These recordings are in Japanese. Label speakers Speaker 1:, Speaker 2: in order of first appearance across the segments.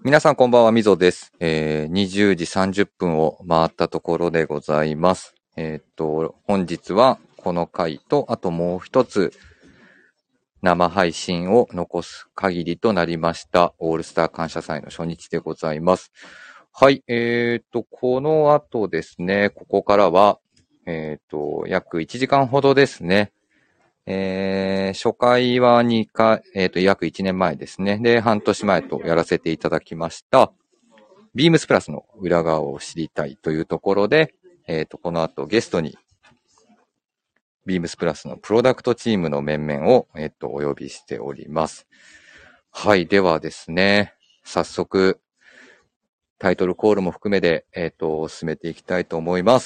Speaker 1: 皆さんこんばんは、みぞです。20時30分を回ったところでございます。本日はこの回と、あともう一つ生配信を残す限りとなりました、オールスター感謝祭の初日でございます。はい、この後ですね、ここからは、約1時間ほどですね、初回は2回、約1年前ですね。で、半年前とやらせていただきました。ビームスプラスの裏側を知りたいというところで、この後ゲストに、ビームスプラスのプロダクトチームの面々を、お呼びしております。はい。ではですね、早速、タイトルコールも含めて、進めていきたいと思います。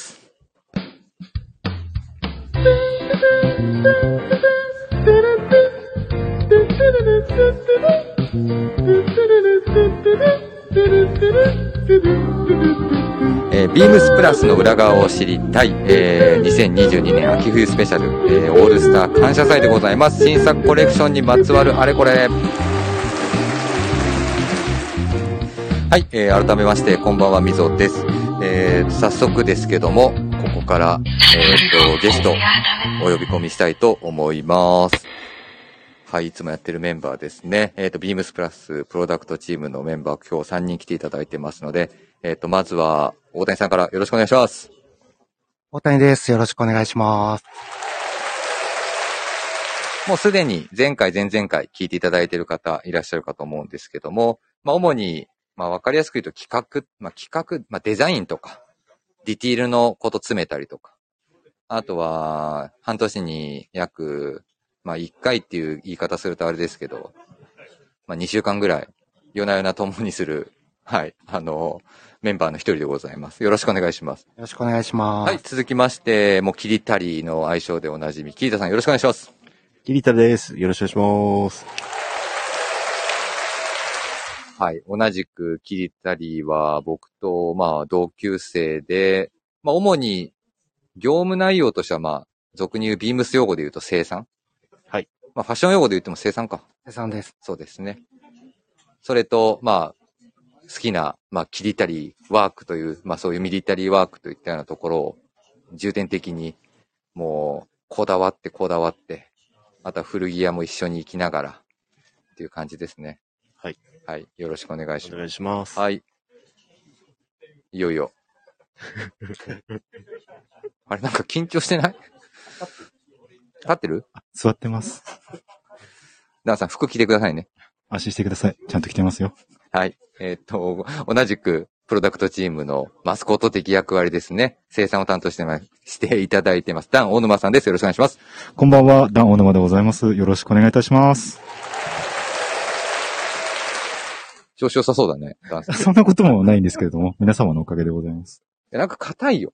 Speaker 1: ビームスプラスの裏側を知りたい、2022年秋冬スペシャル、オールスター感謝祭でございます。新作コレクションにまつわるあれこれ。はい、改めましてこんばんは、みぞです。早速ですけども、ここから、ゲストお呼び込みしたいと思います。はい、いつもやってるメンバーですね。ビームスプラスプロダクトチームのメンバー、今日3人来ていただいてますので、まずは、大谷さんからよろしくお願いします。
Speaker 2: 大谷です。よろしくお願いします。
Speaker 1: もうすでに前回、前々回聞いていただいている方いらっしゃるかと思うんですけども、主に、わかりやすく言うと企画、デザインとか、ディティールのこと詰めたりとか、あとは、半年に約、1回っていう言い方するとあれですけど、2週間ぐらい、夜な夜な共にする、はい、メンバーの一人でございます。よろしくお願いします。
Speaker 2: よろしくお願いします。
Speaker 1: はい、続きまして、もうキリタリの愛称でおなじみ、キリタさんよろしくお願いします。
Speaker 3: キリタです。よろしくお願いします。
Speaker 1: はい、同じくキリタリは僕と、同級生で、主に業務内容としては、俗に言うビームス用語で言うと生産。
Speaker 3: はい。
Speaker 1: ファッション用語で言っても生産か。
Speaker 2: 生産です。
Speaker 1: そうですね。それと、好きな、キリタリーワークという、そういうミリタリーワークといったようなところを重点的に、もう、こだわって、あとは古着屋も一緒に行きながら、っていう感じですね。
Speaker 3: はい。
Speaker 1: はい。よろしくお願いします。
Speaker 3: お願いします。
Speaker 1: はい。いよいよ。あれ、なんか緊張してない？立ってる？
Speaker 3: 座ってます。
Speaker 1: ダンさん、服着てくださいね。
Speaker 3: 安心してください。ちゃんと着てますよ。
Speaker 1: はい。同じく、プロダクトチームのマスコット的役割ですね。生産を担当していただいてます。ダン・大沼さんです。よろしくお願いします。
Speaker 3: こんばんは、ダン・大沼でございます。よろしくお願いいたします。
Speaker 1: 調子良さそうだね、ダンさん。
Speaker 3: そんなこともないんですけれども、皆様のおかげでございます。
Speaker 1: なんか硬いよ。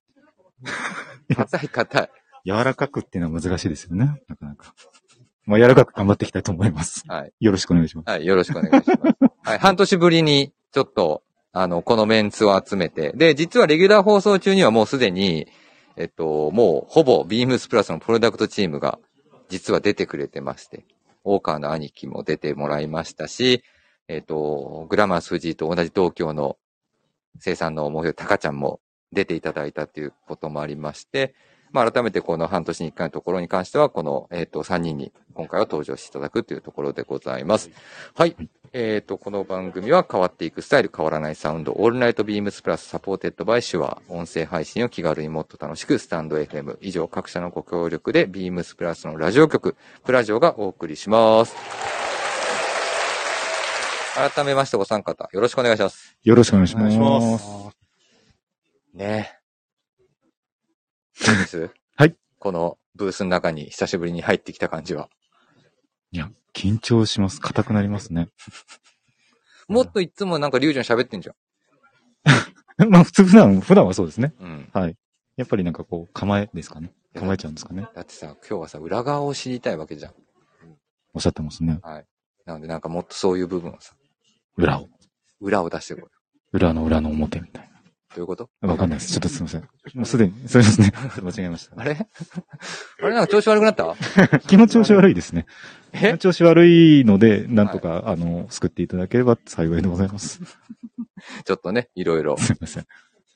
Speaker 1: 硬い。
Speaker 3: 柔らかくっていうのは難しいですよね。なかなか。柔らかく頑張っていきたいと思います。
Speaker 1: はい。
Speaker 3: よろしくお願いします。
Speaker 1: はい、よろしくお願いします。はい、半年ぶりに、ちょっと、このメンツを集めて、で、実はレギュラー放送中にはもうすでに、もうほぼビームスプラスのプロダクトチームが、実は出てくれてまして、大川の兄貴も出てもらいましたし、グラマース藤井と同じ同郷の生産の目標、タカちゃんも出ていただいたということもありまして、改めてこの半年に1回のところに関しては、この、3人に今回は登場していただくというところでございます。はい。この番組は変わっていくスタイル、変わらないサウンド、オールナイトビームスプラスサポーテッドバイシュア、音声配信を気軽にもっと楽しく、スタンド FM、以上各社のご協力で、ビームスプラスのラジオ局、プラジオがお送りします。改めましてお三方、よろしくお願いします。
Speaker 3: よろしくお願いします。
Speaker 2: お願いします。
Speaker 1: ねえ。どうです
Speaker 3: はい。
Speaker 1: このブースの中に久しぶりに入ってきた感じは。
Speaker 3: いや、緊張します。硬くなりますね。
Speaker 1: もっといつもなんかリュウジョン喋ってんじゃ
Speaker 3: ん。普段はそうですね。
Speaker 1: ん。うん。
Speaker 3: はい。やっぱりなんかこう、構えですかね。構えちゃうんですかね。
Speaker 1: だってさ、今日はさ、裏側を知りたいわけじゃん。
Speaker 3: おっしゃってますね。
Speaker 1: はい。なのでなんかもっとそういう部分をさ、
Speaker 3: 裏を
Speaker 1: 出してこい。
Speaker 3: 裏の裏の表みたいな。
Speaker 1: ういうこと？
Speaker 3: わかんないです。ちょっとすいません。もうすでに、そうですね。間違えました。
Speaker 1: あれなんか調子悪くなった？
Speaker 3: 気の調子悪いですね。気
Speaker 1: え
Speaker 3: の調子悪いので、なんとか、救っていただければ幸いでございます。
Speaker 1: ちょっとね、いろいろ。
Speaker 3: すいません。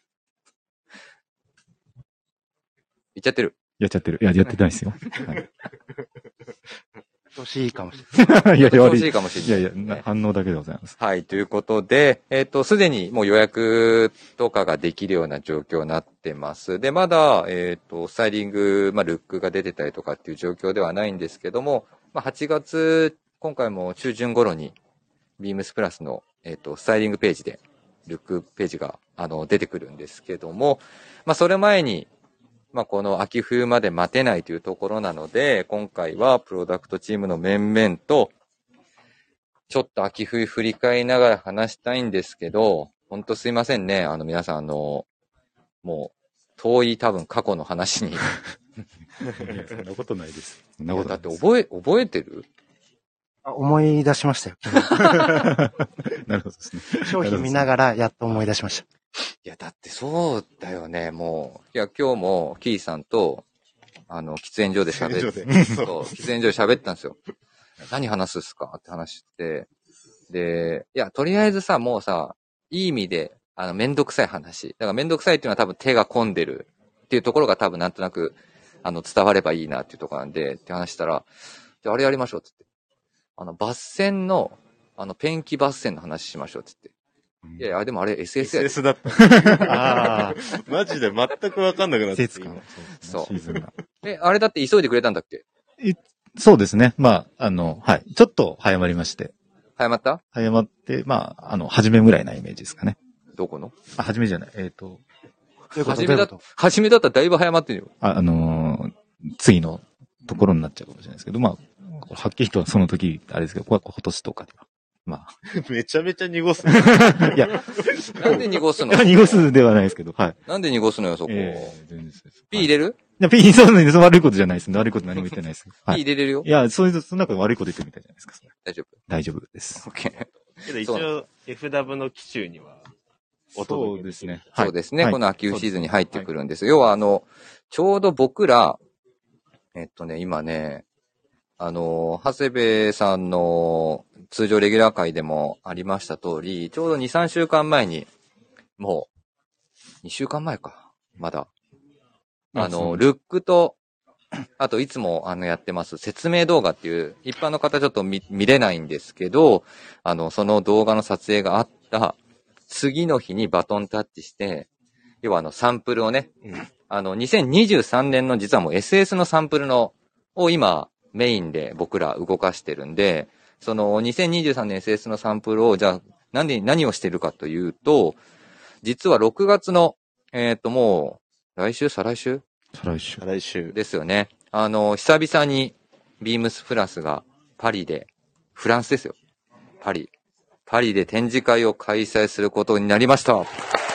Speaker 1: 言っちゃってる。
Speaker 3: やっちゃってる。いや、やってないですよ。はい、
Speaker 2: 調子いいかもしれない。
Speaker 3: いや、
Speaker 1: 調子いいかもしれない。
Speaker 3: いやいや、反応だけでございます。
Speaker 1: はい、ということで、すでにもう予約とかができるような状況になってます。で、まだ、スタイリング、ルックが出てたりとかっていう状況ではないんですけども、8月、今回も中旬頃に、ビームスプラスの、スタイリングページで、ルックページが、出てくるんですけども、それ前に、この秋冬まで待てないというところなので、今回はプロダクトチームの面々と、ちょっと秋冬振り返りながら話したいんですけど、ほんとすいませんね。皆さん、もう、遠い多分過去の話に。
Speaker 3: いや、そんなことないです。そんな
Speaker 1: だって
Speaker 3: ことないです。
Speaker 1: 覚えてる？
Speaker 2: 思い出しましたよ。
Speaker 3: なるほどですね。
Speaker 2: 商品見ながらやっと思い出しました。
Speaker 1: いや、だってそうだよね、もう。いや、今日もキーさんと、喫煙所で喋って、そう、喫煙所で喋ったんですよ。何話すっすかって話して、で、いや、とりあえずさ、もうさ、いい意味で、めんどくさい話。だからめんどくさいっていうのは多分手が込んでるっていうところが多分なんとなく、伝わればいいなっていうところなんで、って話したら、じゃああれやりましょうって言って。抜線の、ペンキ抜線の話しましょうって言って。いやいや、でもあれ SS やで。
Speaker 4: SS だった。ああ。マジで全くわかんなくなってきた。
Speaker 1: そう。
Speaker 3: シーズンが。
Speaker 1: あれだって急いでくれたんだっけ？
Speaker 3: そうですね。はい。ちょっと早まりまして。
Speaker 1: 早まった？
Speaker 3: 早まって、初めぐらいなイメージですかね。
Speaker 1: どこの？
Speaker 3: 初めじゃない。
Speaker 1: 初めだったらだいぶ早まってるよ。
Speaker 3: 次のところになっちゃうかもしれないですけど、はっきりとはその時、あれですけど、今年とかでは。
Speaker 4: めちゃめちゃ濁す。
Speaker 3: いや、
Speaker 1: なんで濁すの？
Speaker 3: 濁すではないですけど、はい。
Speaker 1: なんで濁すのよ、そこ。
Speaker 3: 全然です。
Speaker 1: P 入れる？
Speaker 3: いや、P、そうなんです。悪いことじゃないです。悪いこと何も言ってないです。
Speaker 1: P 入れれるよ。
Speaker 3: いや、そんなこと悪いこと言ってるみたいじゃないですか。
Speaker 1: 大丈夫？
Speaker 3: 大丈夫です。
Speaker 1: OK。
Speaker 4: けど一応、FW の機種には、
Speaker 3: そうですね。
Speaker 1: そうですね。この秋冬シーズンに入ってくるんです。要はちょうど僕ら、今ね、長谷部さんの通常レギュラー会でもありました通り、ちょうど2、3週間前に、もう、2週間前か、まだ。ルックと、あといつもやってます説明動画っていう、一般の方ちょっと見れないんですけど、その動画の撮影があった次の日にバトンタッチして、要はサンプルをね、2023年の実はもう SS のサンプルを今、メインで僕ら動かしてるんで、その2023年 SS のサンプルをじゃあ何をしてるかというと、実は6月の、もう来週再来週ですよね。久々にビームスプラスがパリで、フランスですよ。パリで展示会を開催することになりました。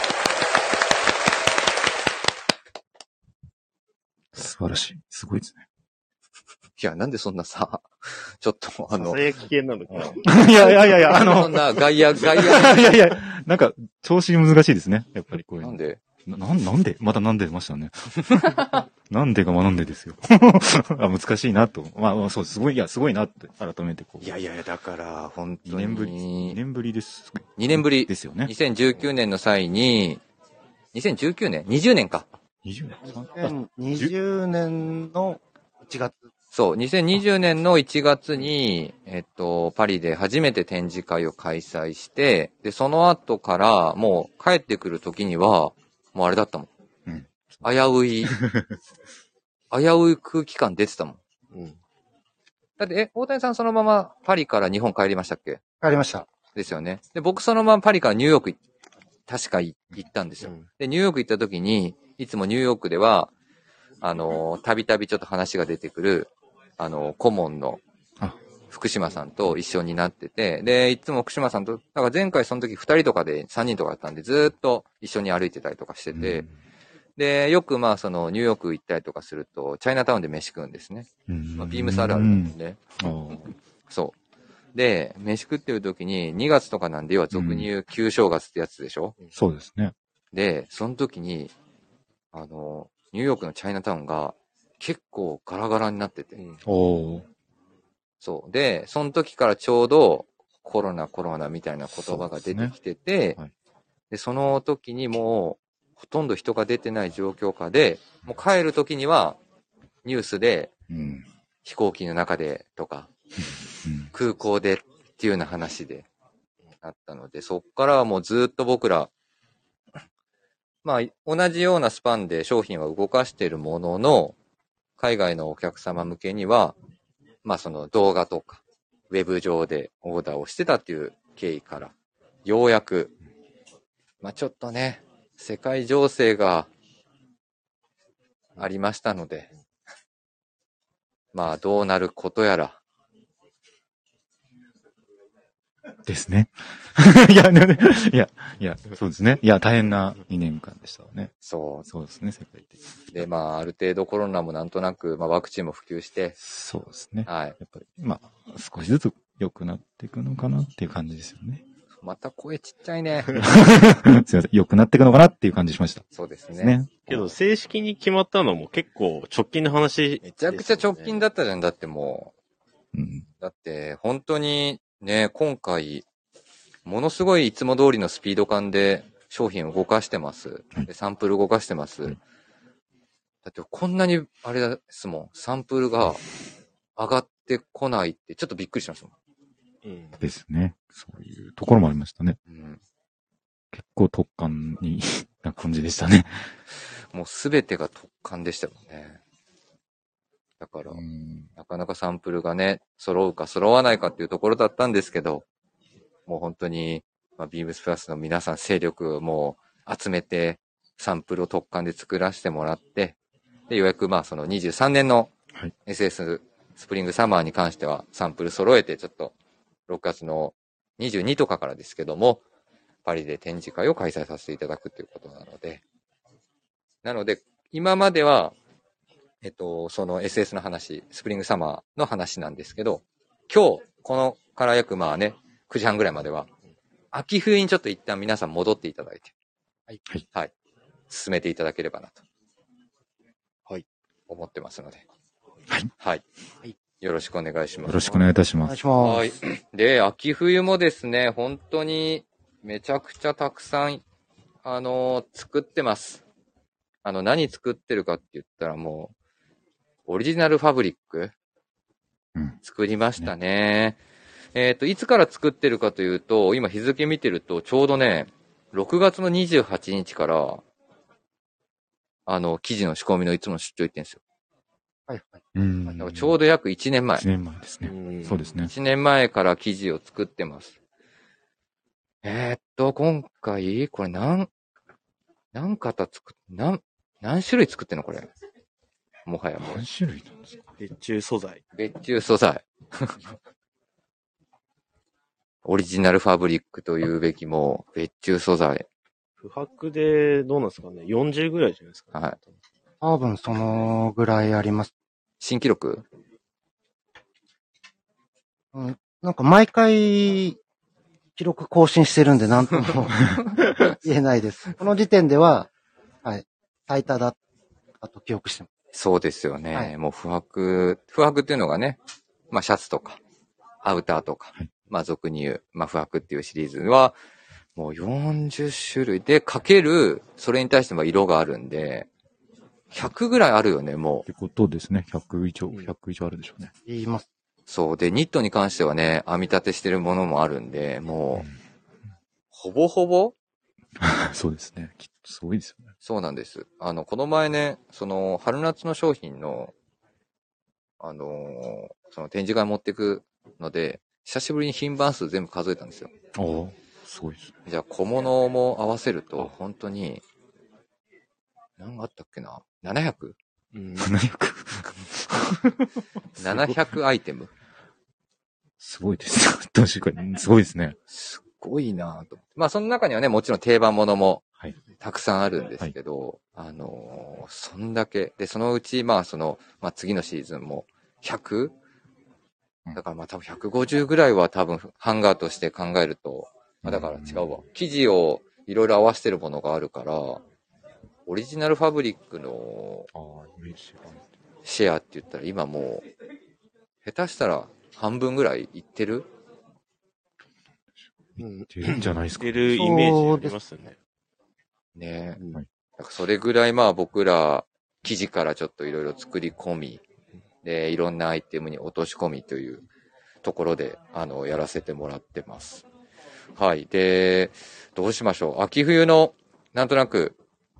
Speaker 3: 素晴らしい。すごいですね。
Speaker 1: いや、なんでそんなさ、ちょっと
Speaker 4: それ危険なのかな。
Speaker 3: いや、
Speaker 1: そんな外野。
Speaker 3: いや、なんか、調子難しいですね。やっぱりこういう。
Speaker 1: なんで
Speaker 3: なんでまたなんで出ましたね。なんでがなんでですよ。難しいなと。そう、すごいなって、改めてこう。
Speaker 1: いや、だから、本当に。
Speaker 3: 2年ぶりです。
Speaker 1: 2年ぶり。
Speaker 3: ですよね。
Speaker 1: 2019年の際に、2019年 ?20 年か。
Speaker 3: 20
Speaker 2: 年 ?20 年の1月。
Speaker 1: そう、2020年の1月に、パリで初めて展示会を開催して、で、その後から、もう帰ってくる時には、もうあれだったもん。
Speaker 3: うん。
Speaker 1: 危うい空気感出てたもん。
Speaker 4: うん。
Speaker 1: だって、大谷さんそのままパリから日本帰りましたっけ？
Speaker 2: 帰りました。
Speaker 1: ですよね。で、僕そのままパリからニューヨーク確か行ったんですよ。で、ニューヨーク行った時に、いつもニューヨークでは、たびたびちょっと話が出てくる、顧問の福島さんと一緒になってて、で、いつも福島さんと、だから前回その時2人とかで3人とかだったんで、ずーっと一緒に歩いてたりとかしてて、で、よくニューヨーク行ったりとかすると、チャイナタウンで飯食うんですね。ビームスあるあるなんでね。そう。で、飯食ってる時に2月とかなんで、要は俗に言う旧正月ってやつでしょ？
Speaker 3: そうですね。
Speaker 1: で、その時に、ニューヨークのチャイナタウンが結構ガラガラになってて。
Speaker 3: おー。
Speaker 1: そう。で、その時からちょうどコロナみたいな言葉が出てきてて、
Speaker 3: はい
Speaker 1: で、その時にもうほとんど人が出てない状況下で、もう帰る時にはニュースで
Speaker 3: うん。
Speaker 1: 飛行機の中でとか、空港でっていうような話であったので、そっからはもうずっと僕ら、まあ、同じようなスパンで商品は動かしているものの、海外のお客様向けには、まあその動画とか、ウェブ上でオーダーをしてたっていう経緯から、ようやく、まあちょっとね、世界情勢がありましたので、まあどうなることやら。
Speaker 3: ですね。いや、いや、そうですね。いや、大変な2年間でしたわね。
Speaker 1: そ
Speaker 3: そうですね、世界的に。
Speaker 1: う。で、まあある程度コロナもなんとなく、まあワクチンも普及して、
Speaker 3: そうですね。
Speaker 1: はい。
Speaker 3: やっぱり、まあ、少しずつ良くなっていくのかなっていう感じですよね。
Speaker 1: また声ちっちゃいね。
Speaker 3: すいません。良くなっていくのかなっていう感じしました。
Speaker 1: そうですね。
Speaker 3: ですね。
Speaker 4: けど、正式に決まったのも結構直近の話、
Speaker 1: めちゃくちゃ直近だったじゃん。だっても
Speaker 3: うん。
Speaker 1: う、だって本当にね、今回、ものすごいいつも通りのスピード感で商品を動かしてます。でサンプル動かしてます。だってこんなに、あれですもん、サンプルが上がってこないってちょっとびっくりしましたも
Speaker 4: うん。
Speaker 3: ですね。そういうところもありましたね。
Speaker 1: ん。うん。
Speaker 3: 結構突貫にな感じでしたね。
Speaker 1: もうすべてが突貫でしたもんね。だから、
Speaker 3: うん。
Speaker 1: なかなかサンプルがね、揃うか揃わないかっていうところだったんですけど、もう本当に、まあ、ビームスプラスの皆さん勢力をもう集めて、サンプルを特貫で作らせてもらって、で、ようやくまあその23年の
Speaker 3: はい
Speaker 1: SS スプリングサマーに関してはサンプル揃えて、ちょっと6月の22とかからですけども、パリで展示会を開催させていただくということなので、今までは、その SS の話、スプリングサマーの話なんですけど、今日、このから約まあね、9時半ぐらいまでは、秋冬にちょっと一旦皆さん戻っていただいて、
Speaker 2: はい
Speaker 1: はい。進めていただければなと。
Speaker 4: はい。
Speaker 1: 思ってますので。
Speaker 3: はい。
Speaker 1: はい。
Speaker 2: はい
Speaker 1: よろしくお願いします。
Speaker 3: よろしくお願いいたします。
Speaker 2: お願いします。
Speaker 1: はい。で、秋冬もですね、本当にめちゃくちゃたくさん、作ってます。何作ってるかって言ったらもう、オリジナルファブリック
Speaker 3: うん。
Speaker 1: 作りましたね。いつから作ってるかというと、今日付見てると、ちょうどね、6月の28日から、記事の仕込みのいつも出張行ってんですよ。
Speaker 2: はいはい。
Speaker 3: うん。
Speaker 1: だからちょうど約1年前。
Speaker 3: 1年前ですね。
Speaker 4: うん
Speaker 3: そうですね。
Speaker 1: 1年前から記事を作ってます。今回、これ何型何種類作ってんのこれ。もはやもう、
Speaker 3: 何種類なんですか？
Speaker 4: 別注素材。
Speaker 1: 別注素材。オリジナルファブリックというべきも、別注素材。
Speaker 4: 不白で、どうなんですかね ?40 ぐらいじゃないですか、ね。
Speaker 1: はい。
Speaker 2: 多分そのぐらいあります。
Speaker 1: 新記録
Speaker 2: うん、なんか毎回、記録更新してるんで何とも言えないです。この時点では、はい、最多だったと記憶してます。
Speaker 1: そうですよね。
Speaker 2: はい
Speaker 1: もう不白っていうのがね、まあシャツとか、アウターとか、
Speaker 3: はい
Speaker 1: まあ俗に言う、まあ不白っていうシリーズは、もう40種類でかける、それに対しても色があるんで、100ぐらいあるよね、もう。
Speaker 3: ってことですね。100以上あるでしょうね。
Speaker 2: 言います。
Speaker 1: そう。で、ニットに関してはね、編み立てしてるものもあるんで、もう、ほぼほぼ
Speaker 3: そうですね。きっとすごいですよね。
Speaker 1: そうなんです。この前ね、その、春夏の商品の、その展示会持ってくので、久しぶりに品番数全部数えたんですよ。
Speaker 3: おーすごいですね。
Speaker 1: じゃあ小物も合わせると、本当に、何があったっけな ?700?700
Speaker 4: うん。
Speaker 1: 700アイテム。
Speaker 3: すごいです。確かに、すごいですね。
Speaker 1: すっごいなぁと。まあその中にはね、もちろん定番ものも
Speaker 3: はい。
Speaker 1: たくさんあるんですけど、そんだけ。で、そのうち、まあ次のシーズンも 100? だからまあ多分150ぐらいは多分ハンガーとして考えると、だから違うわ。生地をいろいろ合わせてるものがあるから、オリジナルファブリックのシェアって言ったら今もう、下手したら半分ぐらいいってる？
Speaker 3: ってるんじゃないですか。
Speaker 4: 出るイメージありますよね。
Speaker 1: ねえ。
Speaker 4: うん
Speaker 3: はい
Speaker 1: なんかそれぐらいまあ僕ら、生地からちょっといろいろ作り込み、で、いろんなアイテムに落とし込みというところで、やらせてもらってます。はい。で、どうしましょう。秋冬の、なんとなく、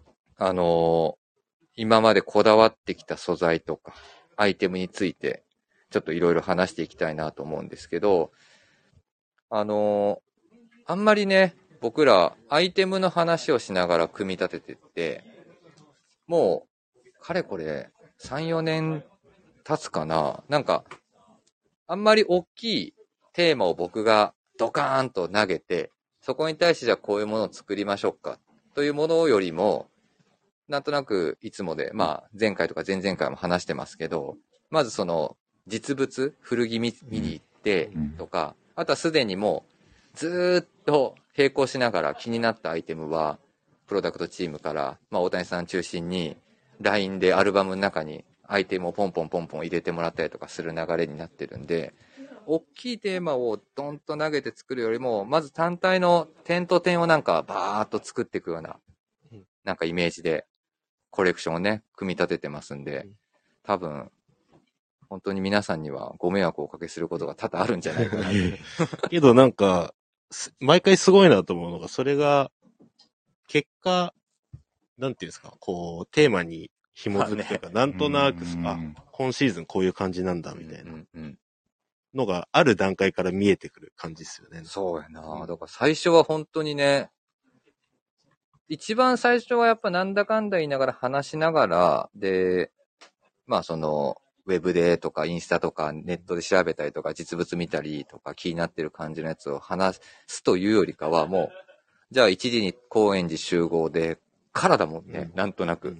Speaker 1: 今までこだわってきた素材とか、アイテムについて、ちょっといろいろ話していきたいなと思うんですけど、あんまりね、僕ら、アイテムの話をしながら組み立ててって、もう、かれこれ、3、4年経つかな。なんか、あんまり大きいテーマを僕がドカーンと投げて、そこに対してじゃあこういうものを作りましょうか、というものよりも、なんとなくいつもで、まあ前回とか前々回も話してますけど、まずその実物、古着見に行ってとか、あとはすでにもうずーっと並行しながら気になったアイテムは、プロダクトチームから、まあ大谷さん中心に LINE でアルバムの中にアイテムをポンポンポンポン入れてもらったりとかする流れになってるんで、大きいテーマをドンと投げて作るよりも、まず単体の点と点をなんかバーっと作っていくような、なんかイメージでコレクションをね、組み立ててますんで、多分、本当に皆さんにはご迷惑をおかけすることが多々あるんじゃないかなと。
Speaker 4: けどなんか、毎回すごいなと思うのが、それが、結果、なんていうんですか、こう、テーマに紐づくというか、なんとなく、今シーズンこういう感じなんだ、みたいなのがある段階から見えてくる感じですよね。
Speaker 1: そうやな。だから最初は本当にね、一番最初はやっぱなんだかんだ言いながら話しながら、で、まあその、ウェブでとかインスタとかネットで調べたりとか実物見たりとか気になってる感じのやつを話すというよりかはもう、じゃあ一時に高円寺集合でからだもんね、なんとなく。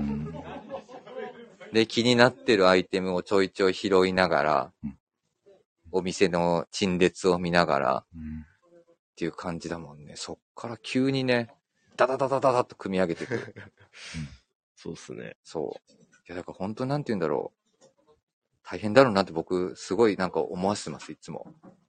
Speaker 1: で、気になってるアイテムをちょいちょい拾いながら、お店の陳列を見ながら、っていう感じだもんね。そっから急にね、ダダダダダダッと組み上げていく。
Speaker 4: そうっすね。
Speaker 1: そう。いや、だから本当なんて言うんだろう。大変だろうなって僕、すごいなんか思わせてます、いつも。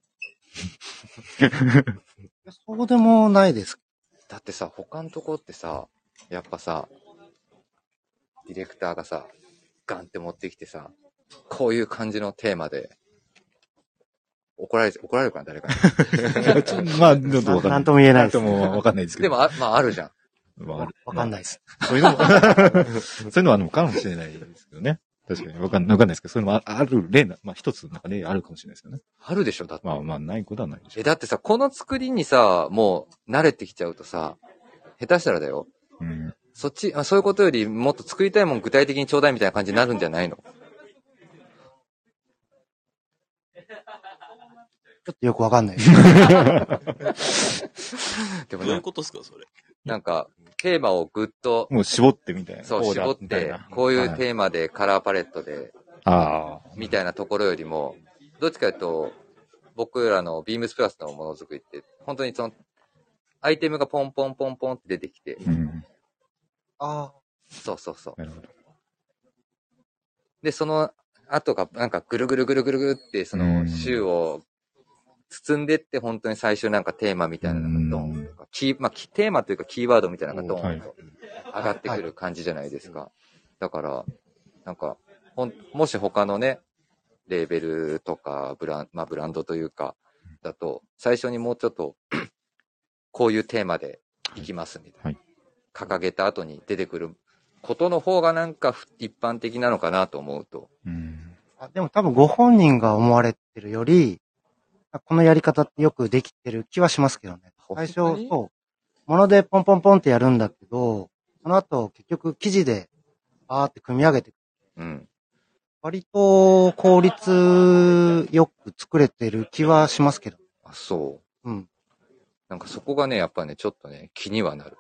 Speaker 2: そうでもないです。
Speaker 1: だってさ、他のとこってさ、やっぱさ、ディレクターがさ、ガンって持ってきてさ、こういう感じのテーマで、怒られるかな、誰かに。
Speaker 3: まあ、どうわかんない。
Speaker 2: なんとも言えないです。
Speaker 3: なんともわかんないですけど。
Speaker 1: でも、まああるじゃん。
Speaker 3: わ
Speaker 2: かんないです。
Speaker 3: そういうのも、そういうのはあるのかもしれないですけどね。確かにわかんないですけど、そういうのもある例な、まあ一つなんか例あるかもしれないですけどね。
Speaker 1: あるでしょ、だって。
Speaker 3: まあ、ないことはないでしょ。
Speaker 1: だってさ、この作りにさ、もう慣れてきちゃうとさ、下手したらだよ。そういうことよりもっと作りたいもん具体的にちょうだいみたいな感じになるんじゃないの？
Speaker 2: ちょっとよくわかんないです。
Speaker 1: でも
Speaker 4: どういうことですか、それ。
Speaker 1: なんか、テーマをぐっと、
Speaker 3: もう絞ってみたいな。
Speaker 1: そう、絞って、こういうテーマでカラーパレットで、みたいなところよりも、どっちかというと、僕らのビームスプラスのものづくりって、本当にその、アイテムがポンポンポンポンって出てきて、そうそうそう。
Speaker 3: なるほど。
Speaker 1: で、その後が、なんかぐるぐるぐるぐるぐるって、その、週を包んでって、本当に最終なんかテーマみたいなのがドンとか、テーマというかキーワードみたいなのがドンと上がってくる感じじゃないですか。だから、なんか、もし他のね、レーベルとかブランドというか、だと、最初にもうちょっと、こういうテーマでいきますみたいな。掲げた後に出てくることの方がなんか一般的なのかなと思うと。
Speaker 2: でも多分ご本人が思われてるより、このやり方ってよくできてる気はしますけどね。最初、そう。ものでポンポンポンってやるんだけど、その後結局記事でバーって組み上げてくる。割と効率よく作れてる気はしますけど。
Speaker 1: あ、そう。なんかそこがね、やっぱね、ちょっとね、気にはなる。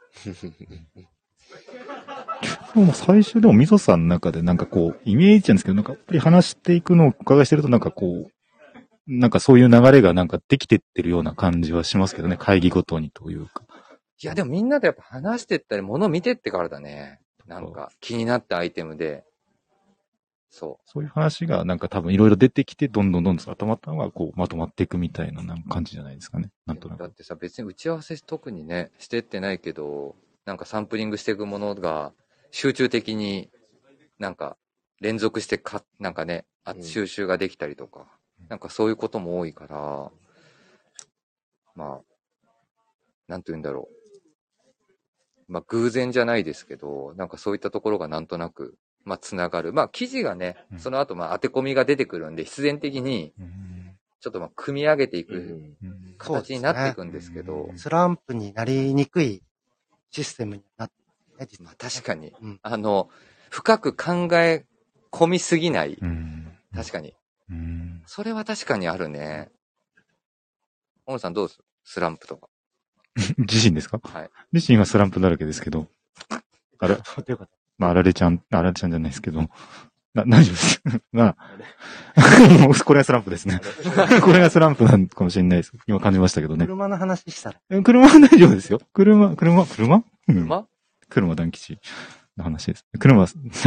Speaker 3: 最初でもみぞさんの中でなんかこう、イメージなんですけど、なんかやっぱり話していくのをお伺いしてるとなんかこう、なんかそういう流れがなんかできてってるような感じはしますけどね、会議ごとにというか。
Speaker 1: いや、でもみんなでやっぱ話してったり、物見てってからだね。なんか、気になったアイテムで。そ
Speaker 3: そういう話がなんか多分いろいろ出てきて、どんどん頭がこうまとまっていくみたいななんか感じじゃないですかね。なんとなく。
Speaker 1: だってさ、別に打ち合わせ特にね、してってないけど、なんかサンプリングしていくものが、集中的になんか連続してなんかね、収集ができたりとか、なんかそういうことも多いから、まあ、なんて言うんだろう。まあ、偶然じゃないですけど、なんかそういったところがなんとなく、まあ、つながる。まあ、記事がね、その後、まあ、当て込みが出てくるんで、必然的に、ちょっとまあ、組み上げていく形になっていくんですけど、
Speaker 2: スランプになりにくいシステムになってるね、実は
Speaker 1: まあ、確かに、
Speaker 2: うん
Speaker 1: 深く考え込みすぎない。確かに。それは確かにあるね。大野さんどうですスランプとか。
Speaker 3: 自身ですか？
Speaker 1: はい。
Speaker 3: 自身はスランプだらけですけど。あれ、
Speaker 2: ということ。
Speaker 3: まあ、あられちゃんじゃないですけど。大丈夫です。まあ、もうこれがスランプですね。これがスランプなのかもしれないです。今感じましたけどね。
Speaker 2: 車の話したら。
Speaker 3: 車は大丈夫ですよ。車うん車団吉の話です。車は、はい。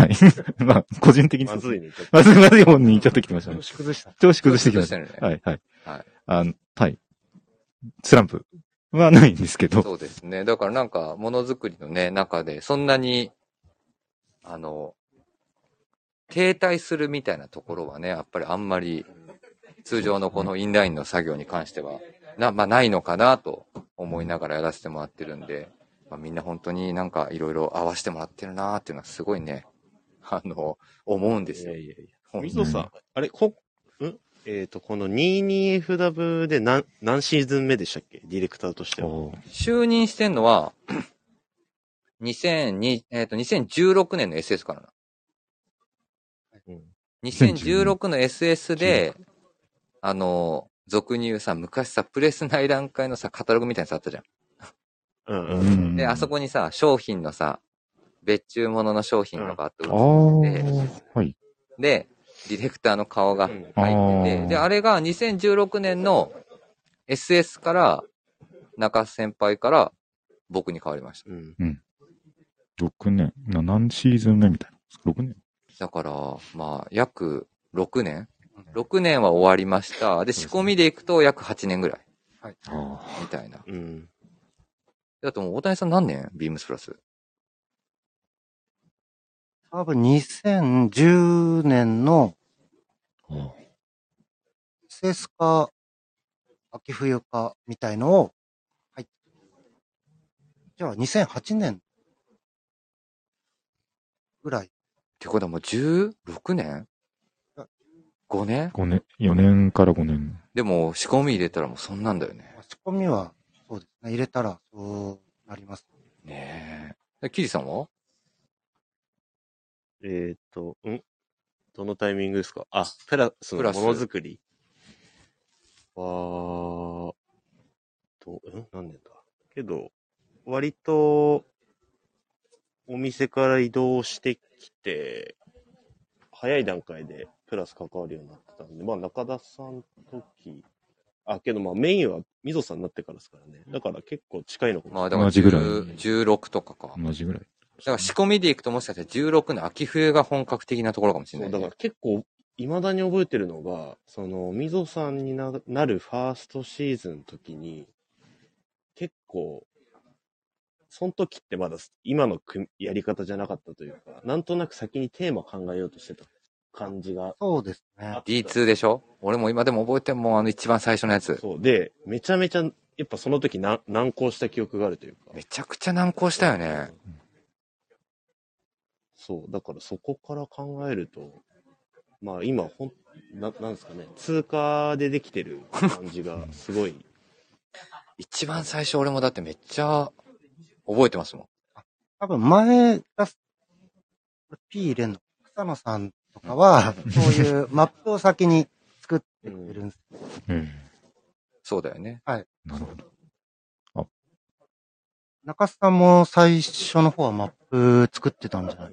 Speaker 3: まあ、個人的に。
Speaker 4: まずいね。
Speaker 3: まずい方にちょっと来てましたね。
Speaker 2: 調子崩した。
Speaker 3: 調子崩してきました。
Speaker 1: 調子崩してる
Speaker 3: はい、はい。
Speaker 1: はい。
Speaker 3: はい。スランプはないんですけど。
Speaker 1: そうですね。だからなんか、ものづくりのね、中で、そんなに、停滞するみたいなところはね、やっぱりあんまり、通常のこのインラインの作業に関しては、まあないのかなと思いながらやらせてもらってるんで、まあ、みんな本当になんかいろいろ合わせてもらってるなーっていうのはすごいね、思うんですよ。
Speaker 4: いや。みぞさん、あれ、この 22FW で何シーズン目でしたっけディレクターとしては。
Speaker 1: 就任してんのは、2016年の SS からな。2016の SS で、俗に言うさ、昔さ、プレス内覧会のさ、カタログみたいなやつあったじゃん。で、あそこにさ、商品のさ、別注物の商品がバッと映ってて、
Speaker 3: はい。
Speaker 1: で、ディレクターの顔が入ってて、で、あれが2016年の SS から、中先輩から僕に変わりました。
Speaker 3: 6年。何シーズン目みたいな。6年
Speaker 1: だから、まあ、約6年 ?6 年は終わりました。で、仕込みでいくと約8年ぐらい。
Speaker 2: はい。
Speaker 1: みたいな。
Speaker 4: うん。
Speaker 1: だともう大谷さん何年ビームスプラス。
Speaker 2: 多分2010年の、季節か、秋冬か、みたいのを、はい。じゃあ2008年ぐらい。
Speaker 1: ってことはもう16年 ?5 年
Speaker 3: ?5 年。4年から5年。
Speaker 1: でも仕込み入れたらもうそんなんだよね。
Speaker 2: 仕込みは、そうですね。入れたら、そうなります。
Speaker 1: ねえ。キリさんは
Speaker 4: どのタイミングですか？あ、プラスのものづくりは、何年だけど、割と、お店から移動してきて、早い段階でプラス関わるようになってたんで、まあ中田さん時、けどまあメインはみぞさんになってからですからね。だから結構近いのかもしれない。
Speaker 1: まあだから
Speaker 3: 同じぐらい
Speaker 1: 16とかか。
Speaker 3: 同じぐらい。
Speaker 1: だから仕込みでいくともしかしたら16の秋冬が本格的なところかもしれない、ね。
Speaker 4: そう、だから結構、未だに覚えてるのが、みぞさんになるファーストシーズンの時に、結構、その時ってまだ今のやり方じゃなかったというか、なんとなく先にテーマ考えようとしてた感じが。
Speaker 2: そうですね。
Speaker 1: D2 でしょ？俺も今でも覚えてんもん、一番最初のやつ。
Speaker 4: そう。で、めちゃめちゃ、やっぱその時難航した記憶があるというか。
Speaker 1: めちゃくちゃ難航したよね。
Speaker 4: そう。だからそこから考えると、まあ今なんですかね、通貨でできてる感じがすごい。
Speaker 1: 一番最初俺もだってめっちゃ覚えてますもん。
Speaker 2: 多分前が、P 入れんの、草野さんとかは、そういうマップを先に作ってくれるんです。
Speaker 1: そうだよね。
Speaker 2: はい。
Speaker 3: なるほど。
Speaker 2: 中須さんも最初の方はマップ作ってたんじゃない？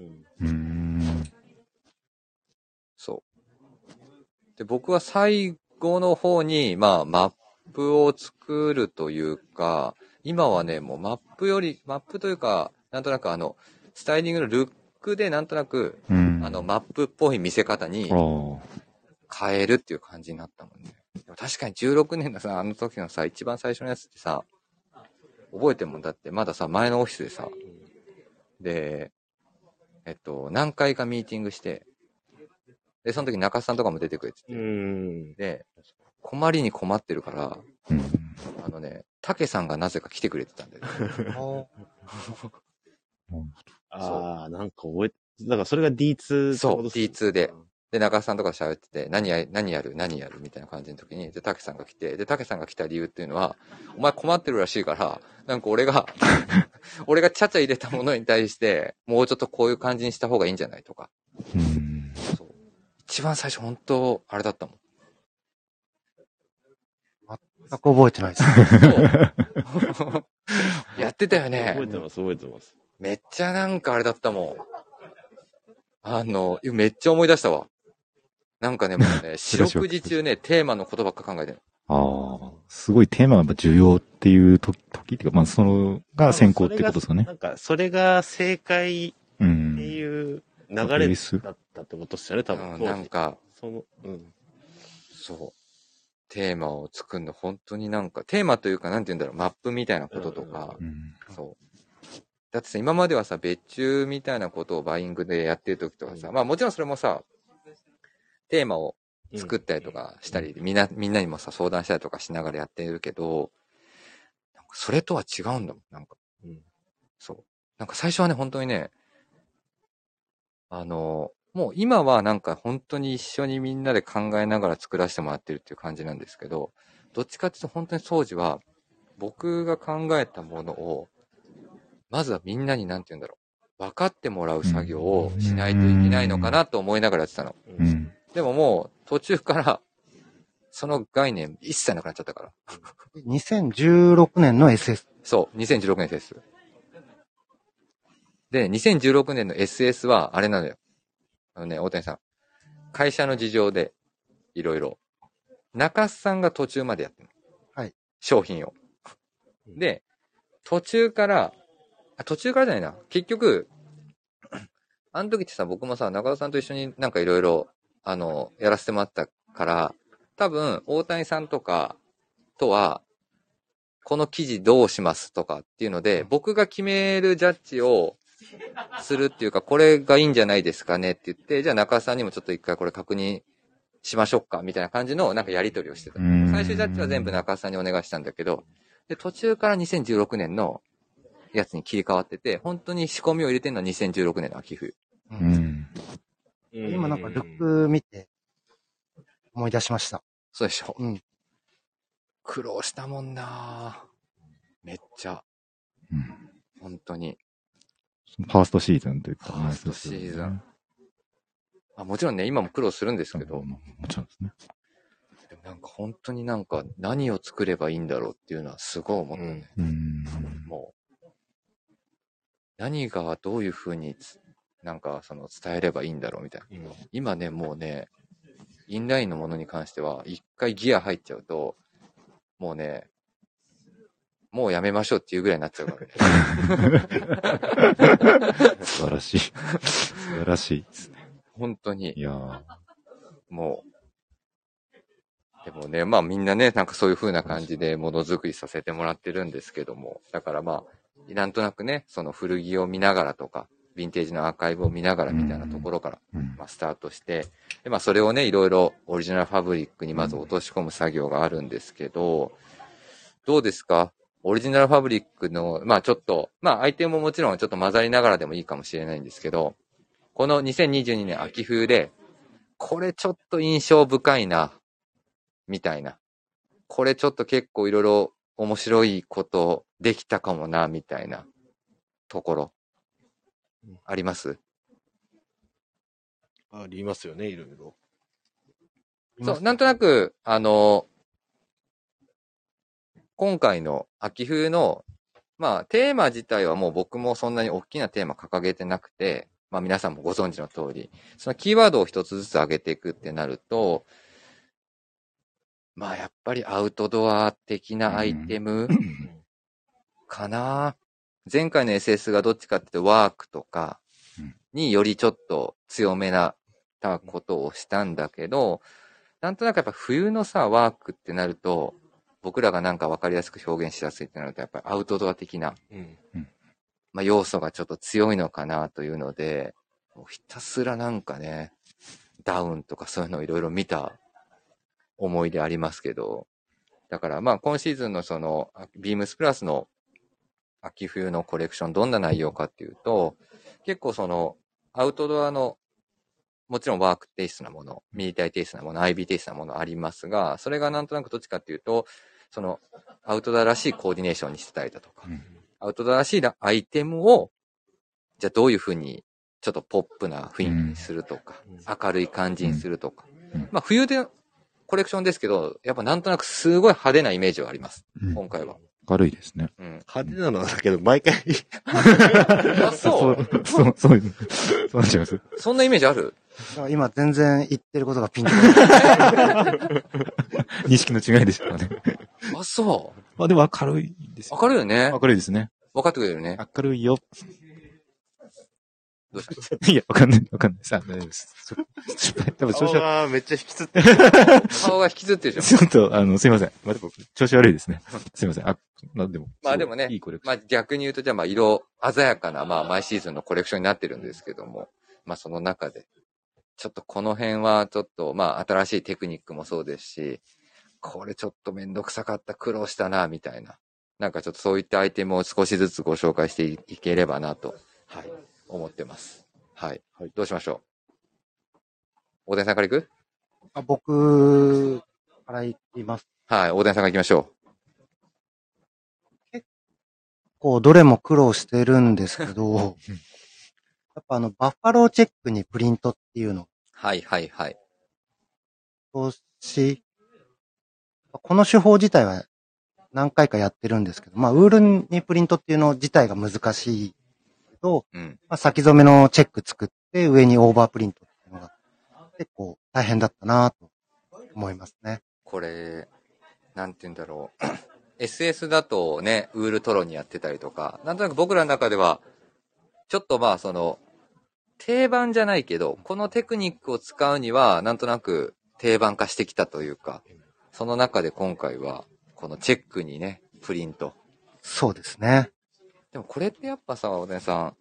Speaker 1: そう。で、僕は最後の方に、まあ、マップを作るというか、 今はね、もうマップというか、なんとなくスタイリングのルックでなんとなく、
Speaker 3: うん。
Speaker 1: マップっぽい見せ方に変えるっていう感じになったもんね。でも確かに16年のさ、あの時のさ、一番最初のやつってさ、覚えてるもんだって、まださ、前のオフィスでさ、で、何回かミーティングして、で、その時中須さんとかも出てくれてて、で、困りに困ってるから、
Speaker 3: うん。
Speaker 1: 竹さんがなぜか来てくれてたんだよね。
Speaker 4: ああ、なんか覚えて、だからそれが D2
Speaker 1: そう、D2 で。で、中須さんとか喋ってて、何やるみたいな感じの時に、で、竹さんが来て、で、竹さんが来た理由っていうのは、お前困ってるらしいから、なんか俺がちゃちゃ入れたものに対して、もうちょっとこういう感じにした方がいいんじゃないとか。
Speaker 3: うん。
Speaker 1: そう。一番最初、本当あれだったもん。
Speaker 2: 全く覚えてないです。
Speaker 1: そう。やってたよね。
Speaker 4: 覚えてます。
Speaker 1: めっちゃなんかあれだったもん。めっちゃ思い出したわ。なんかね、もうね、四六時中ね、テーマのことばっか考えてる。
Speaker 3: ああ、すごいテーマがやっぱ重要っていう時っていうか、まあ、そのが先行ってことですかね。
Speaker 4: なんか、それが正解っていう流れだったってことですよね、多分。
Speaker 1: なんか、
Speaker 4: そう。
Speaker 1: テーマを作るの、本当になんか、テーマというか、なんて言うんだろう、マップみたいなこととか、そう。だってさ、今まではさ、別注みたいなことをバイングでやってる時とかさ、まあもちろんそれもさ、テーマを作ったりとかしたり、みんなにもさ、相談したりとかしながらやってるけど、なんかそれとは違うんだもん、なんか。そう。なんか最初はね、本当にね、もう今はなんか本当に一緒にみんなで考えながら作らせてもらってるっていう感じなんですけど、どっちかっていうと本当に当時は、僕が考えたものを、まずはみんなになんて言うんだろう。分かってもらう作業をしないといけないのかなと思いながらやってたの。でももう途中からその概念一切なくなっちゃったから。
Speaker 2: 2016年の SS。
Speaker 1: そう、2016年 SS。で、2016年の SS はあれなのよ。大谷さん。会社の事情でいろいろ。中須さんが途中までやってるの。
Speaker 2: はい。
Speaker 1: 商品を。で、途中からじゃないな。結局、あの時ってさ、僕もさ、中田さんと一緒になんかいろいろ、やらせてもらったから、多分、大谷さんとかとは、この記事どうしますとかっていうので、僕が決めるジャッジをするっていうか、これがいいんじゃないですかねって言って、じゃあ中田さんにもちょっと一回これ確認しましょうかみたいな感じのなんかやり取りをしてた。最終ジャッジは全部中田さんにお願いしたんだけど、で、途中から2016年のやつに切り替わってて、本当に仕込みを入れてるのは2016年の秋冬。
Speaker 2: 今なんかルック見て思い出しました。
Speaker 1: そうでしょ。苦労したもんなめっちゃ。本当に。
Speaker 3: ファーストシーズンというか、
Speaker 1: ファーストシーズン。もちろんね、今も苦労するんですけど。
Speaker 3: もちろんですね。
Speaker 1: でもなんか本当になんか何を作ればいいんだろうっていうのはすごい思ったね。もう。何がどういう風になんかその伝えればいいんだろうみたいな。今ね、もうね、インラインのものに関しては、一回ギア入っちゃうと、もうね、もうやめましょうっていうぐらいになっちゃうからね。
Speaker 3: 素晴らしい。素晴らしいですね。
Speaker 1: 本当に。
Speaker 3: いや
Speaker 1: もう。でもね、まあみんなね、なんかそういう風な感じでものづくりさせてもらってるんですけども、だからまあ、なんとなくね、その古着を見ながらとか、ヴィンテージのアーカイブを見ながらみたいなところから、まあ、スタートして、でまあそれをね、いろいろオリジナルファブリックにまず落とし込む作業があるんですけど、どうですか？オリジナルファブリックの、まあちょっと、まあアイテムももちろんちょっと混ざりながらでもいいかもしれないんですけど、この2022年秋冬で、これちょっと印象深いな、みたいな。これちょっと結構いろいろ面白いことできたかもな、みたいなところ。あります？
Speaker 4: ありますよね、いろいろ。
Speaker 1: そう、なんとなく、今回の秋冬の、まあ、テーマ自体はもう僕もそんなに大きなテーマ掲げてなくて、まあ皆さんもご存知の通り、そのキーワードを一つずつ上げていくってなると、まあやっぱりアウトドア的なアイテムかな。前回の SS がどっちかっていうとワークとかによりちょっと強めなことをしたんだけど、なんとなくやっぱ冬のさ、ワークってなると、僕らがなんかわかりやすく表現しやすいってなると、やっぱりアウトドア的な、まあ要素がちょっと強いのかなというので、もうひたすらなんかね、ダウンとかそういうのをいろいろ見た思い出ありますけど、だからまあ今シーズンのそのビームスプラスの秋冬のコレクションどんな内容かっていうと、結構そのアウトドアのもちろんワークテイストなもの、ミリタリーテイストなもの、IB テイストなものありますが、それがなんとなくどっちかっていうと、そのアウトドアらしいコーディネーションにしてたりだとか、アウトドアらしいアイテムを、じゃあどういうふうにちょっとポップな雰囲気にするとか、明るい感じにするとか。まあ冬でコレクションですけど、やっぱなんとなくすごい派手なイメージはあります。今回は。
Speaker 3: 軽いですね。
Speaker 4: 派手なのだけど、毎回
Speaker 1: あ、そう
Speaker 3: そうなっちゃいます。
Speaker 1: そんなイメージある？
Speaker 2: 今全然言ってることがピンとこない。
Speaker 3: 認識の違いでしょうかね。
Speaker 1: あ、そう。
Speaker 3: まあでも明るいですよ。
Speaker 1: 明るいよね。
Speaker 3: 明るいですね。
Speaker 1: 分かってくれるね。
Speaker 3: 明るいよ。
Speaker 1: どうした
Speaker 3: いや、わかんないさ、大丈夫です。多分調子
Speaker 4: 顔
Speaker 3: は、
Speaker 4: がめっちゃ引きつってる。
Speaker 1: 顔が引きずってるじゃん。
Speaker 3: ちょっと、すいません。まあ、でも調子悪いですね。すいません。でも。
Speaker 1: まあでもね
Speaker 3: いいコレクシ
Speaker 1: まあ逆に言うと、じゃあまあ色鮮やかな、まあ毎シーズンのコレクションになってるんですけども、まあその中で、ちょっとこの辺はちょっと、まあ新しいテクニックもそうですし、これちょっとめんどくさかった、苦労したな、みたいな。なんかちょっとそういったアイテムを少しずつご紹介していければなと、はい、思ってます。はい。どうしましょう？大谷さんから行く？
Speaker 2: 僕から言います。
Speaker 1: はい、大谷さんから行きましょ
Speaker 2: こう、どれも苦労してるんですけど、やっぱバッファローチェックにプリントっていうのを
Speaker 1: はいはいはい。
Speaker 2: 投資、この手法自体は何回かやってるんですけど、まあ、ウールにプリントっていうの自体が難しいけど、まあ、先染めのチェック作って上にオーバープリントっていうのが結構大変だったなと思いますね。
Speaker 1: これ、なんて言うんだろう。SS だとね、ウールトロにやってたりとか、なんとなく僕らの中では、ちょっとまあその、定番じゃないけど、このテクニックを使うには、なんとなく定番化してきたというか、その中で今回は、このチェックにね、プリント。
Speaker 2: そうですね。
Speaker 1: でもこれってやっぱさ、大谷さん、